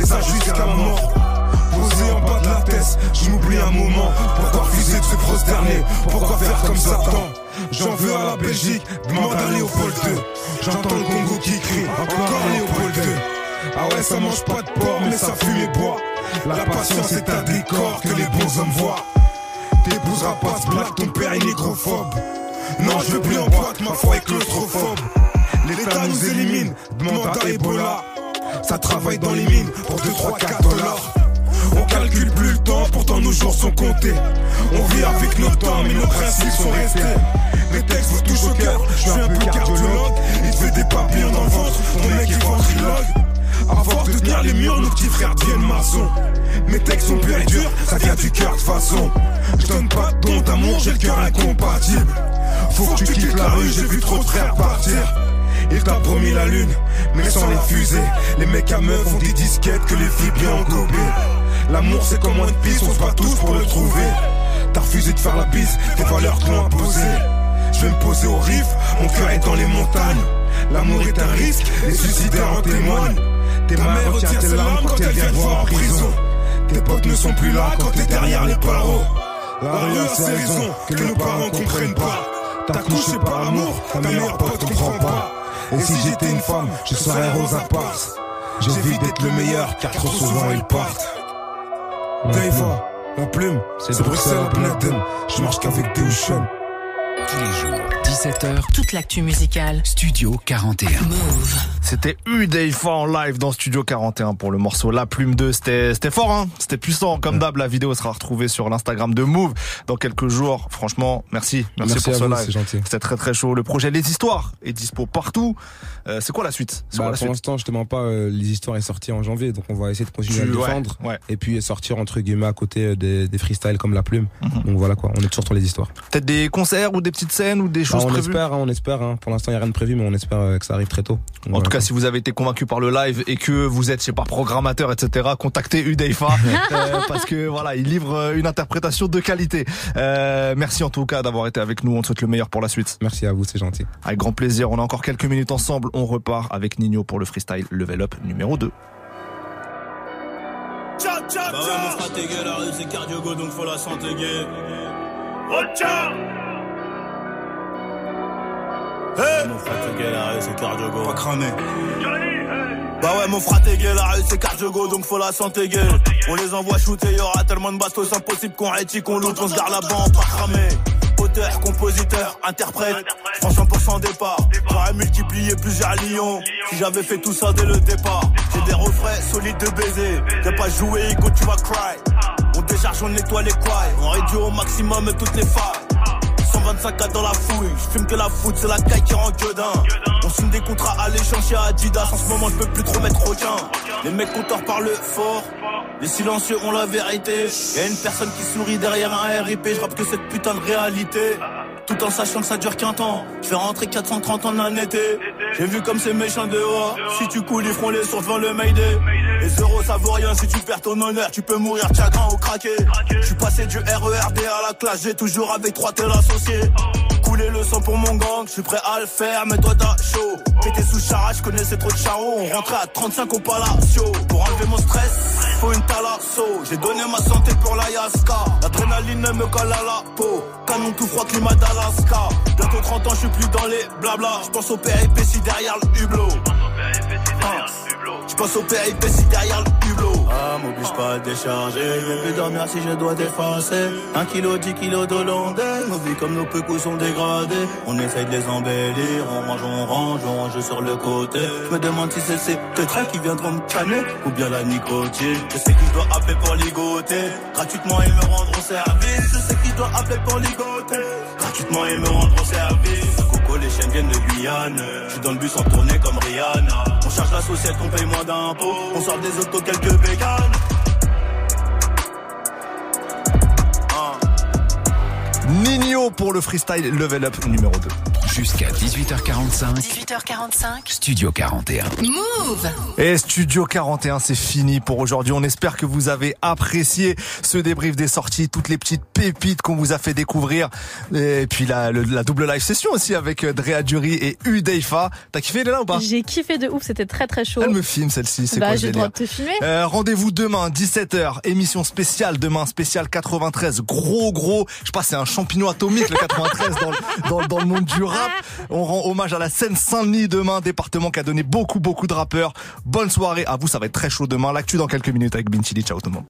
et ça jusqu'à la mort. Posé en bas de la tête, je m'oublie un moment. Pourquoi refuser de se prosterner? Pourquoi faire comme Satan? J'en veux à la Belgique, demande à Léopold II. J'entends le Congo qui crie, encore Léopold II. Ah ouais, ça mange pas de porc, mais ça fume et boit. La patience est un décor que les bons hommes voient. T'épouseras pas ce blague, ton père est négrophobe. Non, je veux plus en boîte, ma foi est claustrophobe. L'État nous élimine, demande à Ebola. Ça travaille dans les mines pour 2, 3, 4 dollars. On calcule plus le temps, pourtant nos jours sont comptés. On vit avec nos temps, mais nos principes sont restés. Les textes vous touchent au cœur, je suis un peu cardiologue. Il te fait des papillons dans le ventre, ton mec est ventrilogue. À force de tenir les murs, nos petits frères deviennent maçons. Mes textes sont purs et durs, ça vient du cœur de façon. Je donne pas de don d'amour, j'ai le cœur incompatible. Faut que tu quittes la rue, j'ai vu trop de frères partir. Il t'a promis la lune, mais sans les fusées. Les mecs à meufs font des disquettes que les filles bien engobées. L'amour c'est comme One Piece, on se bat tous pour le trouver. T'as refusé de faire la bise, tes valeurs te l'ont imposé. Je vais me poser au riff, mon cœur est dans les montagnes. L'amour est un risque, les suicidaires en témoignent. Tes mères retient tes larmes quand elles viennent voir en prison. Tes potes ne sont plus là quand t'es derrière les barreaux. La rue a ses raisons que nos parents comprennent pas. T'as couché par amour, ta meilleure pote comprend pas. Et si j'étais une femme, je serais Rosa Parks. J'évite d'être le meilleur car trop souvent ils partent. Daiva, la plume, c'est Bruxelles à Bnaden. Je marche qu'avec des Ocean. Tous les jours, 17h. Toute l'actu musicale. Studio 41. Move. C'était Udaifa en live dans Studio 41 pour le morceau La Plume 2. C'était fort, hein. C'était puissant. Comme d'hab, la vidéo sera retrouvée sur l'Instagram de Move dans quelques jours. Franchement, merci pour ce live. C'est gentil. C'était très très chaud. Le projet Les Histoires est dispo partout. C'est quoi la suite? Pour l'instant, je te mens pas, Les Histoires est sorti en janvier, donc on va essayer de continuer à le défendre. Ouais. Et puis sortir entre guillemets à côté des freestyles comme La Plume. Donc voilà quoi, on est toujours sur Les Histoires. Peut-être des concerts ou des petites scènes ou des choses prévues? On espère. Pour l'instant, il n'y a rien de prévu, mais on espère que ça arrive très tôt. Donc, en tout cas, si vous avez été convaincu par le live et que vous êtes, je sais pas, programmateur, etc., contactez Udaifa parce que voilà, il livre une interprétation de qualité. Merci en tout cas d'avoir été avec nous. On te souhaite le meilleur pour la suite. Merci à vous, c'est gentil. Avec grand plaisir. On a encore quelques minutes ensemble. On repart avec Nino pour le freestyle Level Up numéro 2. Bah ouais, mon frère, t'es gay, la rue c'est cardio-go, donc faut la santé gay. Hey mon frère, t'es gay, la rue c'est cardio-go. Pas cramé. Bah ouais, mon frère, t'es gay, la rue c'est cardio-go, donc faut la santé gay. On les envoie shooter, y'aura tellement de bastos, c'est impossible qu'on rétique, qu'on loot, on se garde là-bas, pas cramé. Auteur, compositeur, interprète, 100% départ. J'aurais multiplié plusieurs lions si j'avais fait tout ça dès le départ. J'ai des refrains solides de baiser. T'as pas joué, Igo, tu vas cry. On décharge, on nettoie les couilles. On réduit au maximum toutes les failles. 125K dans la fouille, je fume que la foot, c'est la caille qui rend gueudin. On signe des contrats à l'échange chez Adidas. En ce moment, je peux plus trop mettre aucun. Les mecs compteurs parlent fort. Les silencieux ont la vérité. Y'a une personne qui sourit derrière un RIP. Je rappe que cette putain de réalité. Tout en sachant que ça dure qu'un temps. Je fais rentrer 430 en un été. J'ai vu comme c'est méchant dehors. Si tu coules, ils feront les sourds devant le Mayday. Les euros ça vaut rien si tu perds ton honneur. Tu peux mourir de chagrin ou craquer. Je suis passé du RERD à la classe. J'ai toujours avec 3 tel associé. Couler le sang pour mon gang, je suis prêt à le faire, mais toi t'as chaud. Pété sous charage, je connaissais trop de charros. On rentrait à 35 au Palacio. Pour enlever mon stress, faut une talasso. J'ai donné ma santé pour la Yaska. L'adrénaline me colle à la peau. Canon tout froid, climat d'Alaska. Bientôt 30 ans, je suis plus dans les blabla. Je pense au péripéties derrière le hublot. Je pense au péripéties derrière le hublot. Ah, m'oblige pas à décharger. Je vais plus dormir si je dois t'effacer. 1 kilo, 10 kilos d'Hollandais. Nos vies comme nos pécous sont dégradées. On essaye de les embellir. On range sur le côté. Je me demande si c'est ces deux traits qui viendront me canner ou bien la nicotine. Je sais qui je dois appeler pour ligoter. Gratuitement, ils me rendront service. Je sais qui je dois appeler pour ligoter. Gratuitement, ils me rendront service. Coco, les chiennes viennent de Guyane. Je suis dans le bus en tournée comme Rihanna. On charge la société, on paye moins d'impôts. On sort des autos, quelques bécanes. Nino pour le freestyle Level Up numéro 2. Jusqu'à 18h45. 18h45. Studio 41. Move. Et Studio 41, c'est fini pour aujourd'hui. On espère que vous avez apprécié ce débrief des sorties, toutes les petites pépites qu'on vous a fait découvrir. Et puis la double live session aussi avec Drea Jury et Udeifa. T'as kiffé là ou pas? J'ai kiffé de ouf, c'était très très chaud. Elle me filme celle-ci, c'est quoi j'ai le droit de te filmer. Rendez-vous demain 17h, émission spéciale demain, spéciale 93, gros, je sais pas, c'est un champignon atomique le 93 dans le monde du rap. On rend hommage à la Seine-Saint-Denis demain, département qui a donné beaucoup de rappeurs. Bonne soirée à vous, ça va être très chaud demain. L'actu dans quelques minutes avec Bintili. Ciao tout le monde.